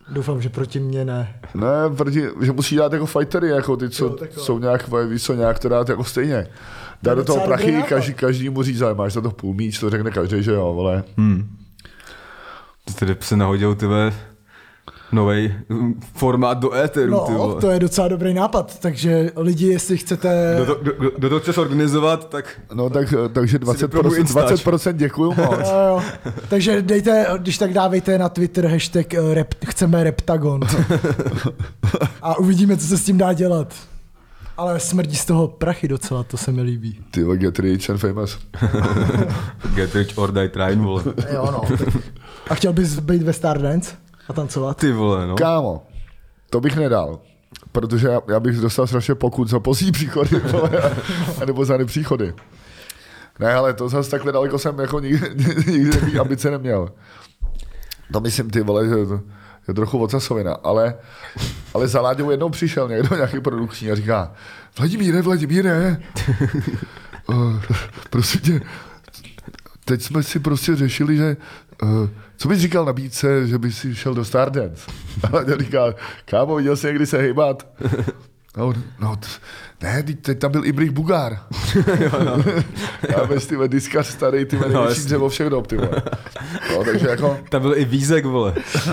S1: Doufám, že proti mně ne.
S3: Ne, proti, že musí dát jako fightery, jako ty, co
S1: Jo, takhle.
S3: jsou nějak, víš co, nějak to dát jako stejně. Dá do toho
S1: docela dobrý
S3: prachy,
S1: nápad.
S3: každý, každý mu říct, ale máš za to půl míč, to řekne každý, že jo, vole.
S2: Hmm. Ty tady se nahodil, ty vole, novej formát do éteru, ty
S1: No,
S2: vole.
S1: to je docela dobrý nápad, takže lidi, jestli chcete...
S2: Kdo to, kdo, kdo to chceš organizovat, tak
S3: No tak, takže dvacet
S2: vyprobuj
S3: procent,
S2: Instač.
S3: dvacet procent děkuju moc.
S1: Jo, jo. Takže dejte, když tak dávejte na Twitter hashtag eh, rep, chceme Reptagon. A uvidíme, co se s tím dá dělat. Ale smrdí z toho prachy docela, to se mi líbí.
S3: Ty vole, get rich and famous.
S2: get rich or die trying, vole.
S1: Jo, no. Tak... A chtěl bys být ve Stardance a tancovat?
S2: Ty vole, no.
S3: Kámo, to bych nedal. Protože já, já bych dostal strašně pokud za pozdní příchody, vole, a nebo za nepříchody. Ne, ale to zase takhle daleko jsem jako nikdy, nikdy takový ambice neměl. To myslím, ty vole, že to je trochu ocasovina, ale, ale za Láďou jednou přišel někdo, nějaký produkční a říká, Vladimíre, Vladimíre, uh, prosím tě, teď jsme si prostě řešili, že uh, co bys říkal nabídce, že bys si šel do Stardance? A Láďa říká, kámo, viděl jsi někdy se hejbat? No, no t- ne, teď tam byl Ibrich Bugár.
S2: jo, no.
S3: Já bez ty diskar starý, ty největší
S2: jasně.
S3: dřevo všech dob, ty vole. No, takže jako...
S2: Tam byl i Vízek, vole.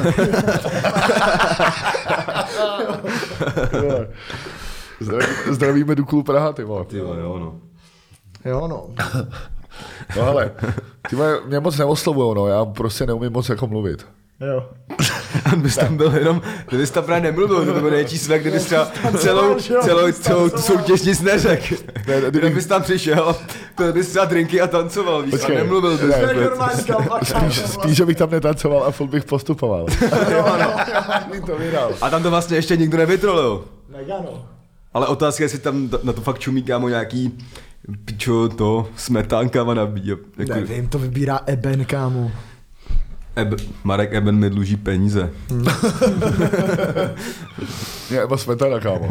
S3: Zdraví, zdravíme Duklu Praha, ty vole.
S2: Ty vole, jo, no.
S1: Jo, no.
S3: No ale, ty vole, mě moc neoslovujou, no, já prostě neumím moc jako mluvit.
S1: Jo.
S2: On bys tam byl jenom, ty bys tam právě nemluvil, to byl největší svek, kdybys třeba celou, celou, celou tu soutěž nic neřekl. Kdyby bys tam přišel, to bys třeba drinky a tancoval, víš, a nemluvil bys.
S3: Ne,
S2: vůbec.
S3: spíš, spíš, že bych tam netancoval a furt bych postupoval. Bych to vydal.
S2: A tam to vlastně ještě nikdo nevytrolil.
S1: Mega no.
S2: Ale otázka je, jestli tam na to fakt čumí, kámo, nějaký pičo, to smetánkama nabíjí. Jako,
S1: Nevím, to vybírá Eben, kámo.
S2: Eb, Marek Eben mi dluží peníze.
S3: Mě Eva Smetana, kámo.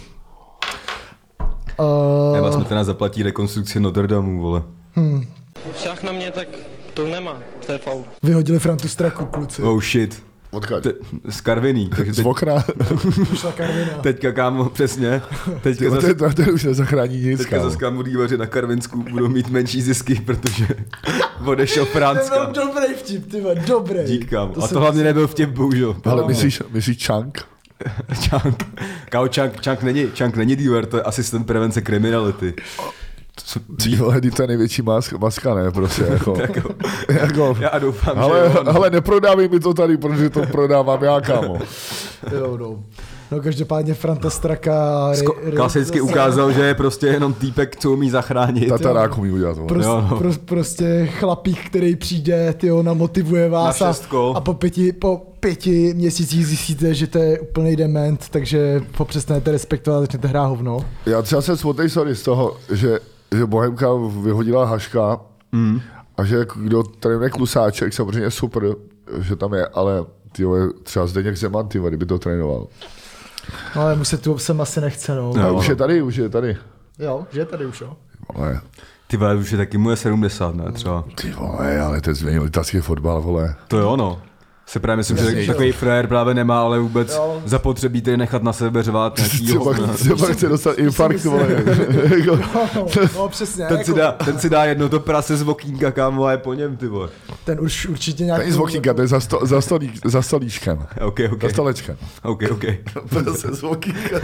S1: Uh,
S2: Eva Smetana zaplatí rekonstrukci Notre Damu, vole.
S5: Šach na mě, tak to nemá, to je faul.
S1: vyhodili Frantu Straku, kluci.
S2: Oh shit.
S3: Odkud?
S2: Te, z Karviný. Takže
S3: Z
S2: teď,
S3: okna.
S1: Přišla Karvina.
S2: teďka, kámo, přesně. Teďka
S3: Tyjo,
S2: zase,
S3: ten, ten už nezachrání nic,
S2: teďka
S3: kámo.
S2: zase kámo dývaři na Karvinsku budou mít menší zisky, protože odešel Franc,
S1: To byl
S2: kámo.
S1: dobrý vtip, ty vole, dobrý.
S2: Dík, kámo.
S1: To
S2: A
S1: jsem-
S2: to hlavně nebyl vtip, bohužel.
S3: Ale myslíš, myslíš Chunk?
S2: Čank. Kámo, Čank, Čank není, Čank není dealer, to je asistent prevence kriminality. Co,
S3: Ty vole, to je největší maska, maska ne, prostě, jako.
S2: jako,
S3: jako
S2: já doufám,
S3: ale,
S2: že jo.
S3: ale neprodávej mi to tady, protože to prodávám já, kámo.
S1: Jo, no. No každopádně Franta Straka...
S2: Sko- klasicky ukázal, že je prostě jenom týpek, co umí zachránit.
S3: Tataráku mi udělat, vole.
S1: Prostě,
S2: Jo, no.
S1: pro, prostě chlapík, který přijde, tyjo, namotivuje vás
S2: Na
S1: a,
S2: šest kol.
S1: a po, pěti, po pěti měsících zjistíte, že to je úplný dement, takže ho přestanete respektovat a začnete hrát hovno.
S3: Já třeba jsem smutnej sorry z toho, že, že Bohemka vyhodila Haška mm. a že kdo trénuje Klusáček, samozřejmě super, že tam je, ale tyjo, třeba Zdeněk Zeman, tyjo, kdyby to trénoval.
S1: No ale mu se tu sem asi nechce, no.
S3: A
S2: Jo,
S3: už
S2: no.
S3: je tady, už je tady.
S1: Jo, že je tady už, jo.
S3: Ale,
S2: Ty vole, už je taky mu je sedmdesát, ne, třeba.
S3: ty vole, ale to je změnil italský fotbal, vole.
S2: To jo, no. Se právě myslím, že
S1: Jasně,
S2: takový frajer právě nemá, ale vůbec
S1: Jo.
S2: zapotřebí tady nechat na sebe řvát nějaký
S3: Třeba,
S2: hovna.
S3: třeba chce dostat infarkt, vole. Jako-
S1: No, no přesně,
S2: Ten si,
S1: jako,
S2: dá, ten si dá jedno to prase z okýnka, kámo, a je po něm, ty vole.
S1: ten už určitě nějak...
S3: Není z okýnka, to je za, sto, za, stolí, za stolíčkem.
S2: OK, OK.
S3: Za stolečkem.
S2: OK, OK.
S3: Prostě z okýnka.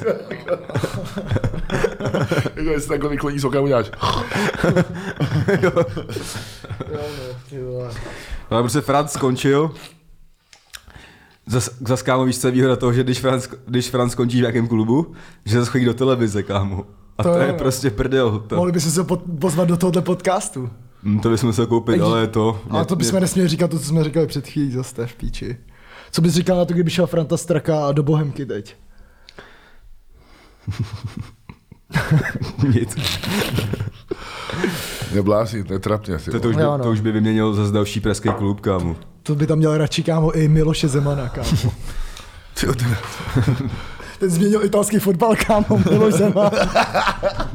S3: Jako jestli takhle vykloní z okna uděláš.
S1: Jo, no, ty vole.
S2: No ale prostě Franc skončil. Zas, zas kámo, víš, co je výhoda toho, že když Franc, když Franc skončí v jakém klubu, že zase chodí do televize, kámo. A to,
S1: To
S2: to
S1: jo,
S2: je
S1: no.
S2: prostě prdel. To,
S1: Mohli bychom se pod- pozvat do tohoto podcastu.
S2: hm, to bychom se koupit,
S1: Ej,
S2: ale je to...
S1: Ale to bychom nesměli říkat to, co jsme říkali před chvílí, zase to je v píči. Co bys říkal na to, kdyby šel Franta Straka do Bohemky teď?
S2: Nic.
S3: Neblázni, netrapně.
S2: To, to, už by,
S1: Jo, no.
S2: to už by vyměnil zase další pražský klub, kámo.
S1: To by tam měl radši, kámo, i Miloše Zemana, kámo. Ten změnil italský fotbal, kámo, Miloš Zeman.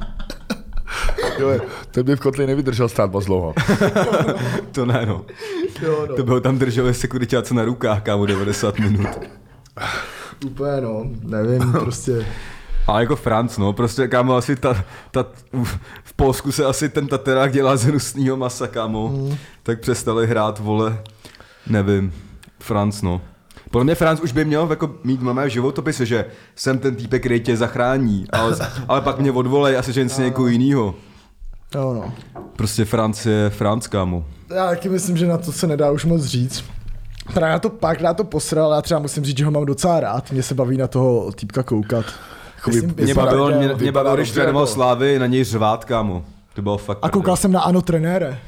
S3: Jo, ten by v kotli nevydržel stát moc dlouho.
S2: To ne, no.
S1: Jo, no.
S2: To bylo tam drželi sekuritáci na rukách, kámo, devadesát minut.
S1: Úplně no, nevím, prostě.
S2: A jako Franc, no, prostě kámo, asi ta, ta, v Polsku se asi ten taterák dělá z hnusnýho masa, kámo, mm. tak přestali hrát, vole, nevím, Franc, no. Podle mě Franc už by měl jako mít na mé životopise, že jsem ten týpek, který tě zachrání, ale, ale pak mě odvolej asi ženci někoho jinýho.
S1: Jo no.
S2: Prostě Franc je Franc, kámo.
S1: Já taky myslím, že na to se nedá už moc říct. Právě na to pak na to posral, já třeba musím říct, že ho mám docela rád, mě se baví na toho týpka koukat. Myslím,
S2: Mě
S1: myslím,
S2: bavilo,
S1: že-
S2: mě, mě bavilo, když
S3: dobře,
S2: trénoval
S3: jako-
S2: Slávy, na něj řvát, kámo. To bylo fakt.
S1: A koukal jsem na Ano trenére.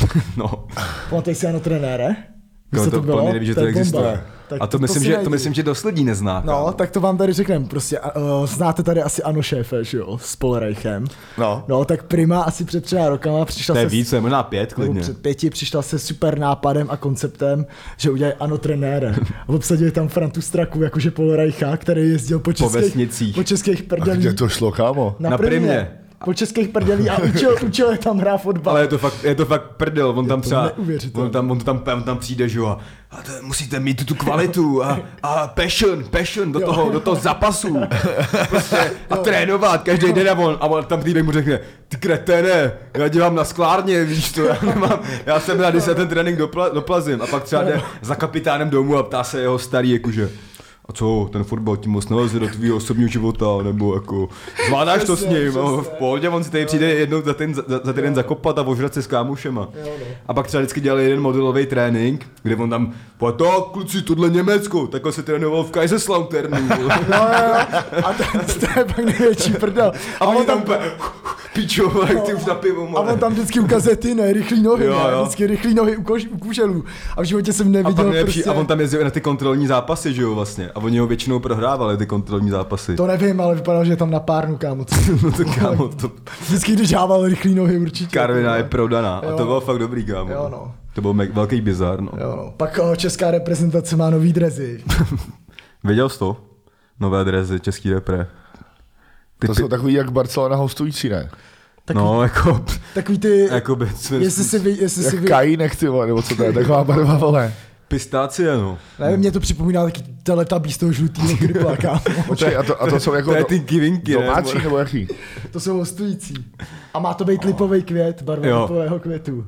S2: No.
S1: Pamatuješ si Ano trenére? Víš,
S2: No,
S1: co
S2: to,
S1: to
S2: to
S1: bylo?
S2: mě neví, že to,
S1: je
S2: existuje.
S1: bomba. Tak
S2: A to, myslím,
S1: si
S2: že, to
S1: najdi.
S2: myslím, že dost lidí nezná.
S1: No,
S2: kámo.
S1: tak to vám tady řekneme, prostě uh, znáte tady asi Ano šéfe, že jo, s Polreichem.
S3: No.
S1: No, tak Prima asi před třeba rokama přišla
S2: To je
S1: se...
S2: více, možná pět
S1: nebo
S2: klidně.
S1: před pěti přišla se super nápadem a konceptem, že udělají Ano trenére. A obsadili tam Frantu Straku, jakože Polreicha, který jezdil po českých,
S2: vesnicích.
S1: po českých
S3: A
S1: prdělích.
S3: kde to šlo, kámo?
S1: Na,
S2: Na
S1: Primě.
S2: Primě.
S1: Po českých prdělí a učil, učil je tam hrát fotbal.
S2: Ale je to fakt, je to fakt prdel, on tam třeba,
S1: neuvěřitelné.
S2: on tam, on tam, on tam přijde, že jo, a, a to, musíte mít tu kvalitu a, a passion, passion do toho, do toho zápasu. Prostě a trénovat každý den a on, a on tam týdek mu řekne, ty kreténe, já dělám na sklárně, víš to, já nemám, já jsem rád, když se ten trénink dopla, doplazím a pak třeba jde za kapitánem domů a ptá se jeho starý, jakože, a co, ten fotbal ti moc neleze do tvýho osobního života, nebo jako, zvládáš to s
S1: Přesně,
S2: ním,
S1: přesně.
S2: no, v pohodě, on si tady přijde jednou za, ten, za, za týden zakopat a ožrat se s kámošema. A pak třeba vždycky dělali jeden modelový trénink, kde on tam, pojď to, kluci, tohle Německo, takhle se trénoval v Kaiserslauternu.
S1: No, jo, jo. A to, to je pak největší prdel.
S2: A on tam pičo, jak ty už na pivo,
S1: A on tam vždycky ukazuje ty ne, rychlý nohy,
S2: Jo,
S1: ne,
S2: jo.
S1: vždycky rychlý nohy u, kož, u kuželů. A v životě jsem
S2: a,
S1: neviděl
S2: pak nejlepší,
S1: prostě...
S2: a on tam jezdil na ty kontrolní zápasy, že jo, vlastně. A oni ho většinou prohrávali, ty kontrolní zápasy.
S1: To nevím, ale vypadalo, že je tam na párnu, kámo.
S2: No to kámo, to
S1: Vždycky, když dával rychlý nohy, určitě.
S2: Karvina je prodaná. A
S1: Jo.
S2: to bylo fakt dobrý, kámo.
S1: Jo, no.
S2: To byl me- velký bizar, no.
S1: Jo, no. Pak o, česká reprezentace má nový drezy.
S2: Viděl jsi to? Nové drezy, český repre. Ty
S3: To
S2: pi-
S3: jsou takový jak Barcelona hostující, ne?
S1: Takový,
S2: No, jako,
S1: takový ty...
S2: jako by,
S1: Jestli si vy, jestli si
S3: Jak
S1: vy...
S3: kajínek, ty vole, nebo co to je, taková barva, vole.
S2: pistácie, no.
S1: Nevím, mě to připomíná taky teletabí z toho žlutýho krypla, kámo.
S3: Počkej, a to, a to jsou jako
S2: To je
S3: do-
S2: ty kivinky, ne?
S3: domácí nebo jaký?
S1: To jsou hostující. A má to být lipový květ, barva
S2: Jo.
S1: lipového květu.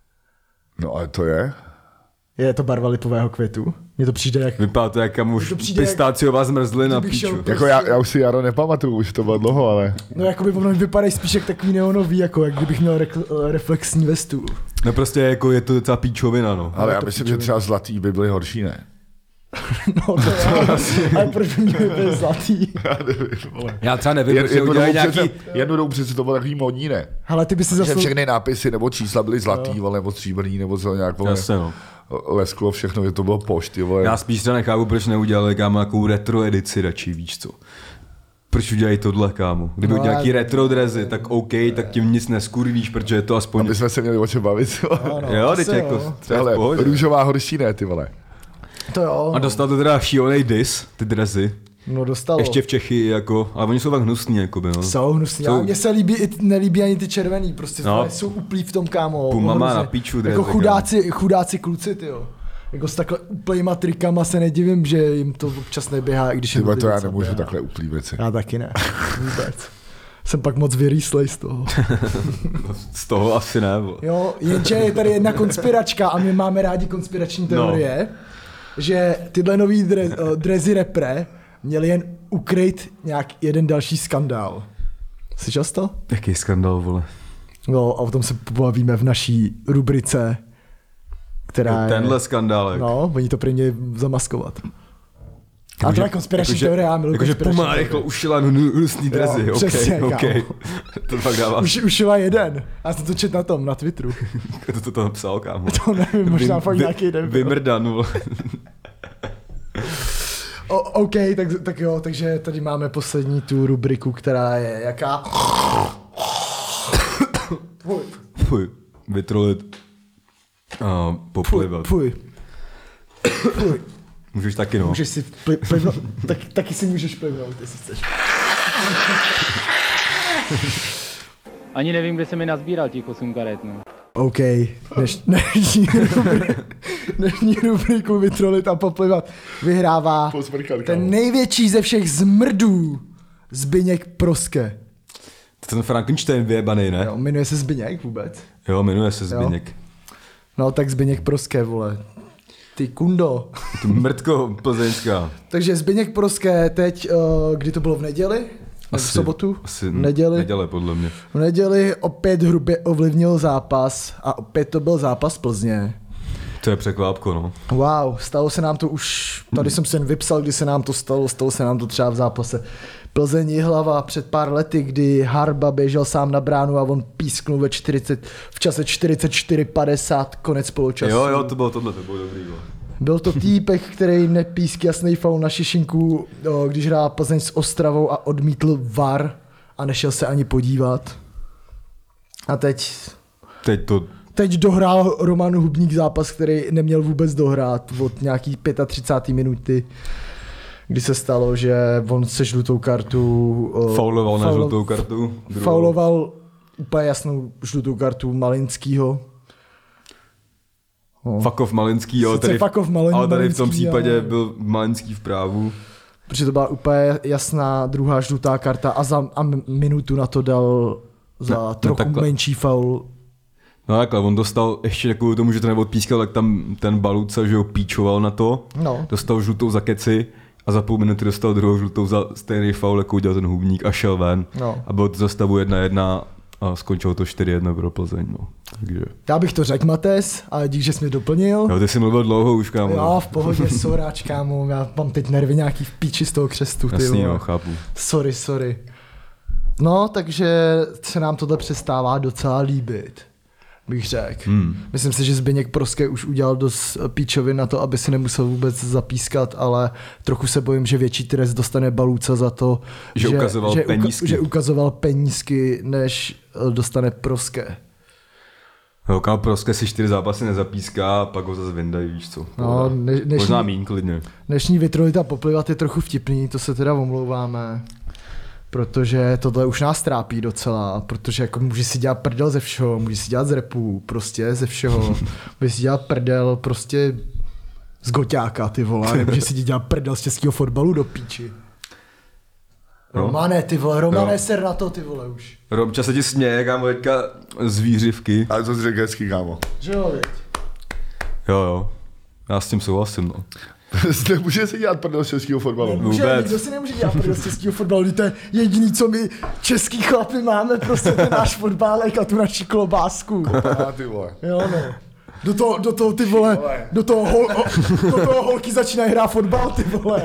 S3: No ale to je?
S1: Je to barva lipového květu? Mně to přijde jak...
S2: Vypadá to jak kamuž
S1: To přijde jak-
S2: pistáciová zmrzlina,
S1: Kdybych šel
S2: píču.
S1: po-
S3: Jako já, já už si Jaro nepamatuju, už to bylo dlouho, ale...
S1: No jakoby ono vypadají spíš jak takový neonový, jako jak kdybych měl rekl- reflexní vestu.
S2: No prostě jako je to docela píčovina, no.
S3: Ale já
S1: to
S3: myslím,
S1: pičovina.
S3: že třeba zlatý by byly horší, ne?
S1: No to je, ale proč by měl být zlatý?
S3: Já nevím, vole.
S2: Já třeba nevím,
S3: Jen,
S2: proč
S3: jednu,
S2: neudělají
S3: dobu
S2: nějaký...
S3: přece, jednu dobu přece to bylo takový modní, ne?
S1: Hele, ty by si
S3: Že
S1: zasloužil...
S3: všechny nápisy nebo čísla byly zlatý, vole, nebo stříbrný, nebo co nějak, vole.
S2: Jasně, no.
S3: Lesklo, všechno, že to bylo pošty, vole.
S2: Já spíš třeba nechápu, proč neudělali, kámo, nějakou retro edici radši, víš co. Proč udělají tohle, kámo? Kdyby
S1: No,
S2: no, nějaký
S1: ale-
S2: retro drezy, tak OK, tak tím nic neskurvíš, protože je to aspoň...
S3: Aby jsme se měli o čem bavit.
S1: No, no,
S2: Jo,
S1: asi
S2: teď jako
S1: jo.
S2: třeba v
S3: Hele,
S2: pohodě.
S3: růžová horší, ne, ty vole.
S1: To jo,
S2: A
S1: no.
S2: dostal to teda šílený dis, ty drezy.
S1: no dostalo.
S2: Ještě v Čechy, jako, ale oni jsou tak hnusní, jakoby, no.
S1: Jsou hnusný,
S2: Jsou-
S1: ale mně se líbí, i- nelíbí ani ty červený, prostě
S2: No.
S1: no. jsou uplí v tom, kámo.
S2: Puma má
S1: Hrozně.
S2: na píču
S1: Jako
S2: dresy,
S1: chudáci, chudáci kluci, tyjo. Jako s takhle úplnýma trikama se nedivím, že jim to občas neběhá, i když
S3: Ty
S1: jim
S3: vole, to já
S1: docela
S3: nemůžu
S1: běhá.
S3: takhle uplý věci.
S1: Já taky ne, vůbec. Jsem pak moc vyrýslej z toho.
S2: Z toho asi ne, bo.
S1: Jo, jenže je tady jedna konspiračka a my máme rádi konspirační teorie, no. že tyhle nový dre, uh, drezy repre měli jen ukryt nějak jeden další skandál. Slyšel jsi to?
S2: Jaký skandál, vole.
S1: No a o tom se pobavíme v naší rubrice, která je...
S2: Tenhle skandálek.
S1: No, oni to pro mě zamaskovat. A to je konspirační
S2: jakože-
S1: teorie, já miluji
S2: Jakože
S1: konspirační
S2: Puma
S1: teorie.
S2: rychle ušila hnu- hnusný drezy,
S1: Jo,
S2: OK,
S1: přesně,
S2: OK.
S1: kámo.
S2: To fakt dává,
S1: Už, ušila jeden. Já jsem to četl na tom, na Twitteru.
S2: to, to, to napsal, kámo.
S1: To nevím, možná
S2: Vy-
S1: fakt
S2: vy-
S1: nějaký den.
S2: Vymrdan, vole.
S1: O, OK, tak, tak jo, takže tady máme poslední tu rubriku, která je jaká? Fuj,
S2: Fuj, vytrolit. A poplivat.
S1: fuj. Fuj.
S2: Můžeš taky, no.
S1: Můžeš si pli, plivnout, tak, taky si můžeš plivnout, jestli chceš.
S6: Ani nevím, kde se mi nazbíral těch osm karet, no.
S1: OK, dneš, dnešní, rubri, dnešní rubriku Vytrolit a poplivat vyhrává
S3: Posmrkat,
S1: ten
S3: kámo.
S1: největší ze všech zmrdů Zbyněk Proske.
S2: To ten Frankenstein vyjebanej, ne?
S1: Jo, jmenuje se Zbyněk vůbec?
S2: Jo, jmenuje se Zbyněk.
S1: No tak Zbyněk Proske, vole. Ty kundo.
S2: Ty mrtko plzeňská.
S1: Takže Zbyněk Proské teď, uh, kdy to bylo v neděli? Nebo v sobotu?
S2: Asi
S1: v neděli?
S2: Neděle, podle mě.
S1: V neděli opět hrubě ovlivnil zápas a opět to byl zápas Plzně.
S2: To je překvápko, no.
S1: Wow, stalo se nám to už, tady jsem si jen vypsal, kdy se nám to stalo, stalo se nám to třeba v zápase Plzeň Jihlava před pár lety, kdy Harba běžel sám na bránu a on písknul ve čtyřicet, v čase čtyřicet čtyři padesát, konec poločasu.
S2: Jo, jo, to bylo tohle, to bylo dobrý, jo.
S1: Byl to týpek, který nepísk jasný faul na Šišinku, když hrál Plzeň s Ostravou a odmítl V A R a nešel se ani podívat. A teď...
S2: Teď to...
S1: Teď dohrál Roman Hubník zápas, který neměl vůbec dohrát od nějaký třicáté páté minuty, kdy se stalo, že on se žlutou kartu...
S2: Fauloval na
S1: faul-
S2: žlutou kartu. druhou.
S1: Fauloval úplně jasnou žlutou kartu Malinskýho. No.
S2: Fakov Malinský, jo,
S1: Sice
S2: tady,
S1: Fakov Malin-
S2: ale tady v tom
S1: Malinský,
S2: případě
S1: ale-
S2: byl Malinský v právu.
S1: Protože to byla úplně jasná druhá žlutá karta a za a minutu na to dal za
S2: No, no
S1: trochu
S2: takhle.
S1: menší faul.
S2: No takhle, on dostal ještě takovou tomu, že to neodpískal, tak tam ten Baluca, že ho píčoval na to.
S1: No.
S2: Dostal žlutou za keci a za půl minuty dostal druhou žlutou za stejný faul, jako udělal ten Hubník a šel ven.
S1: No.
S2: A bylo to za stavu jedna jedna a skončilo to čtyři jedna pro Plzeň, no. Takže...
S1: Já bych to řekl, Mates, ale dík, že jsi mě doplnil.
S2: Jo, ty jsi mluvil dlouho už, kámo.
S1: Jo, v pohodě, soráč, kámo, já mám teď nervy nějaký v píči z toho křestu, ty
S2: Jasný,
S1: vole.
S2: no, chápu.
S1: Sorry, sorry. No, takže se nám tohle přestává docela líbit, bych řekl.
S2: Hmm.
S1: Myslím si, že Zbyněk Proské už udělal dost píčovy na to, aby si nemusel vůbec zapískat, ale trochu se bojím, že větší trest dostane Baluca za to,
S2: Že ukazoval
S1: že,
S2: penízky.
S1: Uka, že ukazoval penízky, než dostane Proské.
S2: Jo, kámo, prostě si čtyři zápasy nezapíská a pak ho zase vyndají, víš co.
S1: No, ne, dnešní,
S2: Možná míň klidně.
S1: dnešní Vytrolit a poplivat je trochu vtipný, to se teda omlouváme. Protože tohle už nás trápí docela, protože jako může si dělat prdel ze všeho, může si dělat z rapů, prostě ze všeho, může si dělat prdel prostě z goťáka, ty vole, nemůže si dělat prdel z českého fotbalu do píči.
S2: No.
S1: Romane, ty vole, Romane,
S2: Jo.
S1: ser na to, ty vole už.
S2: Robča se ti směje, kámo, teďka z výřivky.
S3: Ale to jsi řekl hezký, kámo.
S1: Že jo, viď?
S2: Jo, jo. Já s tím souhlasím, no.
S3: Nemůže si dělat prdel z českého fotbalu.
S1: Může,
S2: Vůbec.
S1: nikdo si nemůže dělat prdel z českého fotbalu, to je jediný, co my český chlapi máme, prostě ten náš fotbálek a tu naši klobásku.
S3: A ty vole.
S1: Jo, no. Do toho, do toho ty vole, do toho, hol, ho, do toho holky začínají hrát fotbal, ty vole.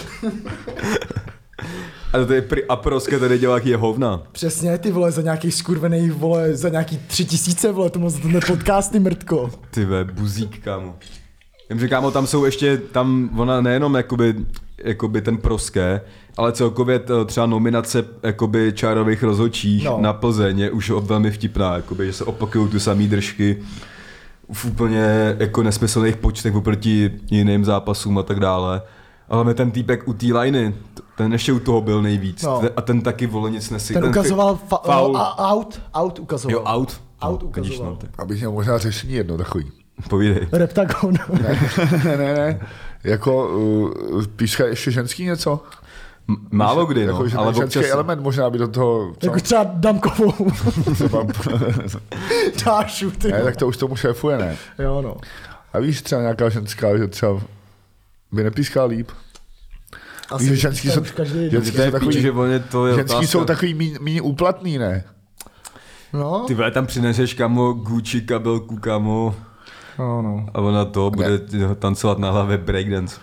S2: A to je pri, a proské tady dělá jaký je hovna.
S1: Přesně, ty vole, za nějakých skurvených, vole, za nějaký tři tisíce, vole, tomu za tenhle podcasty mrtko.
S2: Ty ve, buzík, kámo. Vím, že kámo, tam jsou ještě, tam ona nejenom jakoby, jakoby ten proské, ale celkově t- třeba nominace jakoby čárových rozhodčích
S1: No.
S2: no. na Plzeň je už velmi vtipná, jakoby, že se opakují tu samý držky v úplně jako nesmyslných počtech oproti jiným zápasům a tak dále. Ale ten týpek u té liney, t- ten ještě u toho byl nejvíc.
S1: No.
S2: Ten, a ten taky vole nic nesí.
S1: Ten ukazoval fa-
S2: faul.
S1: a, out, out ukazoval.
S2: Jo, out.
S1: Out
S2: No, vidíš,
S1: ukazoval.
S2: no, tak
S3: Abych měl možná řešení jedno takový.
S2: povídej.
S1: Reptagon.
S3: ne, ne, ne. Jako, uh, píska ještě ženský něco?
S2: M- málo kdy, no,
S3: jako, že
S2: ale
S3: ten ženský
S2: občas...
S3: element možná by do toho... Co?
S1: Jako třeba Damkovou.
S3: Třeba,
S1: Dášu, ty
S3: ne,
S1: vole.
S3: tak to už tomu šéfuje, ne?
S1: Jo, no.
S3: A víš, třeba nějaká ženská, že třeba by nepískala líp.
S1: Asi
S3: Víš, že ženský jsou,
S1: už každý...
S3: ženský
S2: To je
S3: jsou takový,
S2: píči, že oni to je
S3: ženský
S2: otázka.
S3: jsou takový míň, míň úplatný, ne?
S1: No,
S2: Ty vole, tam přineseš, kamo, Gucci kabelku, kamo,
S1: no, no.
S2: a ona to bude ne. tancovat na hlavě breakdance.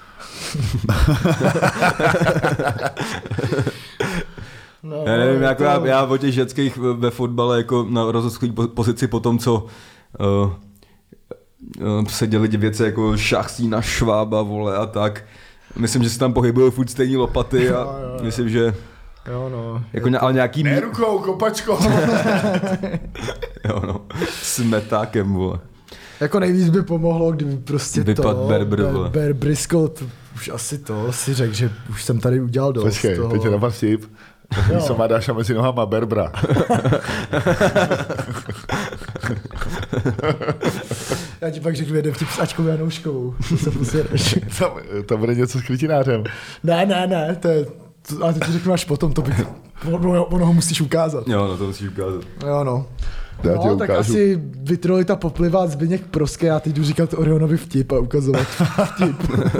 S1: no
S2: Já nevím,
S1: to-
S2: jako já, já o těch ženských ve- ve fotbale jako na rozhodčí po- pozici po tom, co uh, uh, se děly věci jako Šachstína, Švába, vole a tak. Myslím, že se tam pohybují furt stejný lopaty a
S1: Jo, jo, jo.
S2: myslím, že
S1: Jo, no.
S2: jako, ně- ale nějaký...
S3: Ne rukou, kopačkou.
S2: Jo, no, s metákem, vole.
S1: Jako nejvíc by pomohlo, kdyby prostě
S2: Vypad
S1: to...
S2: Bear Br- vole.
S1: Bear Briscoe, to, už asi to si řekl, že už jsem tady udělal dost
S3: Počkej,
S1: toho.
S3: teď je na vtip.
S1: Jo.
S3: Co má Dáša mezi nohama Berbra.
S1: Já ti pak řeknu jeden vtip s Ačkou Janouškovou. To se posereš.
S3: Tam, tam bude něco s květinářem.
S1: Ne, ne, ne, to je, to, ale to ti řeknu až potom, to bych, ono, ono ho musíš ukázat.
S2: Jo, no to musíš ukázat.
S1: Jo, no.
S3: Já ti
S1: No, tak
S3: ukážu.
S1: asi vytrolita poplivá Zbyněk Proské, já teď jdu říkat Orionovi vtip a ukazovat vtip.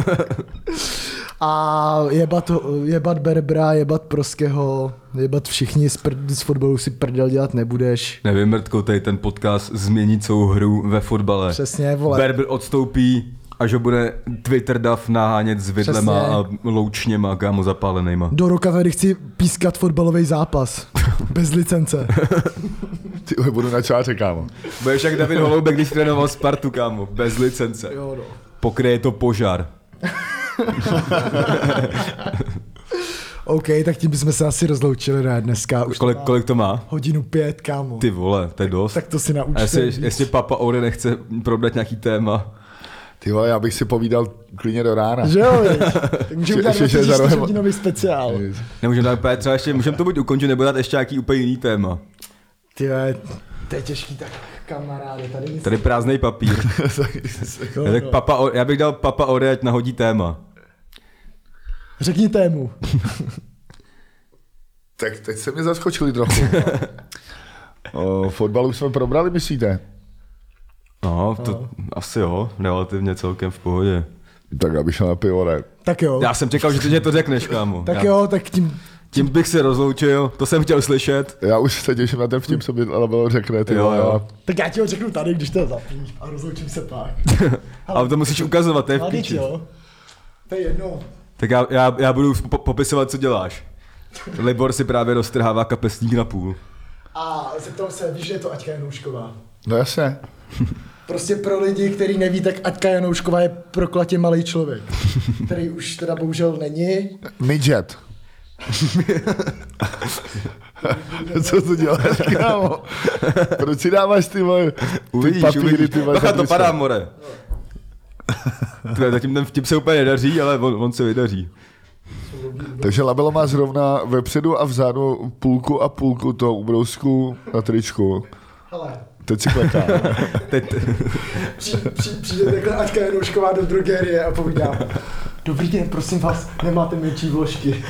S1: A jebat, jebat Berbra, jebat Proského, jebat všichni, z, prd, z fotbalu si prdel dělat nebudeš.
S2: Nevím, Mrtko, tady ten podcast změní celou hru ve fotbale.
S1: Přesně, vole.
S2: Berber odstoupí, až ho bude Twitter dav nahánět s vidlema
S1: Přesně.
S2: a loučněma, kámo zapálenejma.
S1: Do roka tady chci pískat fotbalový zápas. Bez licence.
S3: Ty vole, budu na čáře, kámo.
S2: Budeš jak David Holoubek, když trénoval Spartu, kámo, bez licence.
S1: Jo, no.
S2: Pokryje to požár.
S1: OK, tak tím bychom se asi rozloučili, ne, dneska. Už
S2: Kolik,
S1: to má
S2: kolik to má?
S1: hodinu pět, kámo.
S2: Ty vole, to je dost.
S1: Tak to si
S2: A
S1: naučte.
S2: jestli,
S1: víc.
S2: jestli Papa Ore nechce probrat nějaký téma.
S3: Ty vole, já bych si povídal klidně do rána.
S1: Že jo, viď? Tak můžeme udělat
S3: Ještě, že za rohem-
S1: hodinový speciál.
S2: Nemůžeme dát úplně třeba ještě, můžeme to buď ukončit, nebo dát ještě nějaký úplně jiný téma.
S1: Ty vole, to je těžký, tak kamaráde, tady nic.
S2: Tady prázdnej papír.
S1: Jo,
S2: Já, tak
S1: no.
S2: papa, O- já bych dal Papa Ore, ať nahodí téma.
S1: Řekni tému.
S3: Tak teď se mě zaskočili trochu. O, fotbal už jsme probrali, myslíte?
S2: No, to asi jo, relativně celkem v pohodě.
S3: Tak já bych šel na pivo, ne?
S1: Tak jo.
S2: Já jsem čekal, že ty mě to řekneš, kámo.
S1: Tak
S2: já,
S1: jo, tak tím,
S2: Tím bych se rozloučil, to jsem chtěl slyšet.
S3: Já už se těším na ten vtip, co by ale bylo řekne, ty
S2: Jo,
S3: vole.
S2: jo.
S1: tak já ti ho řeknu tady, když to zapíš a rozloučím se pak.
S2: Ale to musíš ukazovat, to je v
S1: Ale teď
S2: píči.
S1: jo. To je jedno.
S2: Tak já, já, já budu po- popisovat, co děláš. Libor si právě roztrhává kapesník na půl.
S1: A zeptal se, víš, že je to Aťka Janoušková.
S3: No jasně.
S1: Prostě pro lidi, kteří neví, tak Aťka Janoušková je proklatě malý člověk, který už teda bohužel není.
S3: Midget. Co to děláš, kámo? Proč si dáváš ty moje ty
S2: Uvidíš,
S3: papíry,
S2: uvidíš.
S3: ty moje
S2: Bacha, to
S3: zadnice?
S2: padá, more. Tvé, zatím ten vtip se úplně nedaří, ale on, on se vydaří.
S3: Takže Labelo má zrovna vepředu a vzadu půlku a půlku toho ubrousku na tričku.
S1: Hele,
S3: Teď si kleká.
S2: Teď,
S1: při, při, přijde takhle Aťka Janoušková do drogerie a povídá: Dobrý den, prosím vás, nemáte menší vložky.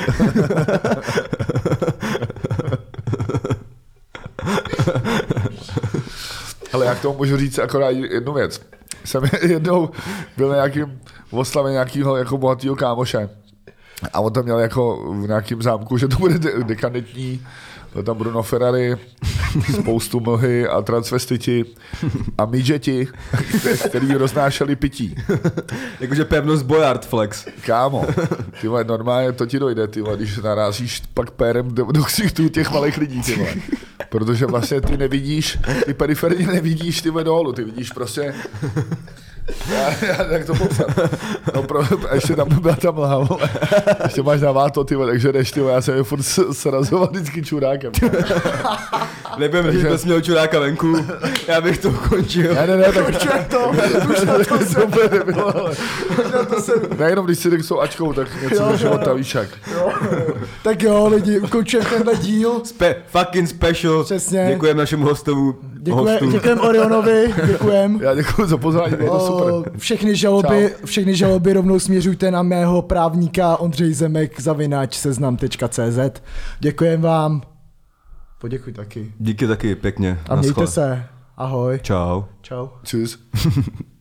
S3: Ale já k tomu můžu říct akorát jednu věc. Jsem jednou byl na nějakým oslavě nějakého jako bohatého kámoše. A on tam měl jako v nějakém zámku, že to bude de- dekadentní. Byl tam Bruno Ferrari, spoustu mlhy a transvestiti a midgeti, který roznášeli pití.
S2: jakože pevnost Boyard Flex.
S3: Kámo, ty vole, normálně to ti dojde, ty vole, když narazíš pak pérem do, do ksichtů těch malých lidí, ty vole. Protože vlastně ty nevidíš, ty periferně nevidíš ty vole dolů, ty vidíš prostě, já, já, jak to popsat, no pro, a ještě tam byla ta mlha, vole. Ještě máš na váto, ty vole, takže jdeš, ty vole, já jsem je furt srazoval vždycky čurákem.
S2: Nebudem říct, že jsi měl čuráka venku, já bych to ukončil.
S3: Ne, ne, ne, tak
S1: Už je to, už na to
S3: to
S1: jsem,
S3: úplně nebylo, ale
S1: už na to jsem.
S3: nejenom když si řekl s tou Ačkou, tak něco
S1: Jo,
S3: do
S1: jo,
S3: života,
S1: jo.
S3: víš jak.
S1: Jo. Tak jo, lidi, ukončujeme tenhle díl.
S2: Spe, fucking special.
S1: Přesně.
S2: Děkujeme našemu hostovu.
S1: Děkuje,
S2: hostu.
S1: děkujeme Orionovi, děkujeme.
S3: Já děkuji za pozvání, bylo to super.
S1: Všechny žaloby, všechny žaloby rovnou směřujte na mého právníka Ondřej Zemek zavináč seznam tečka cé zet. Děkujem vám. Poděkuj taky.
S2: Díky taky, pěkně.
S1: A mějte
S2: Naschle.
S1: se. Ahoj.
S2: Čau.
S1: Čau.
S3: Tschüss.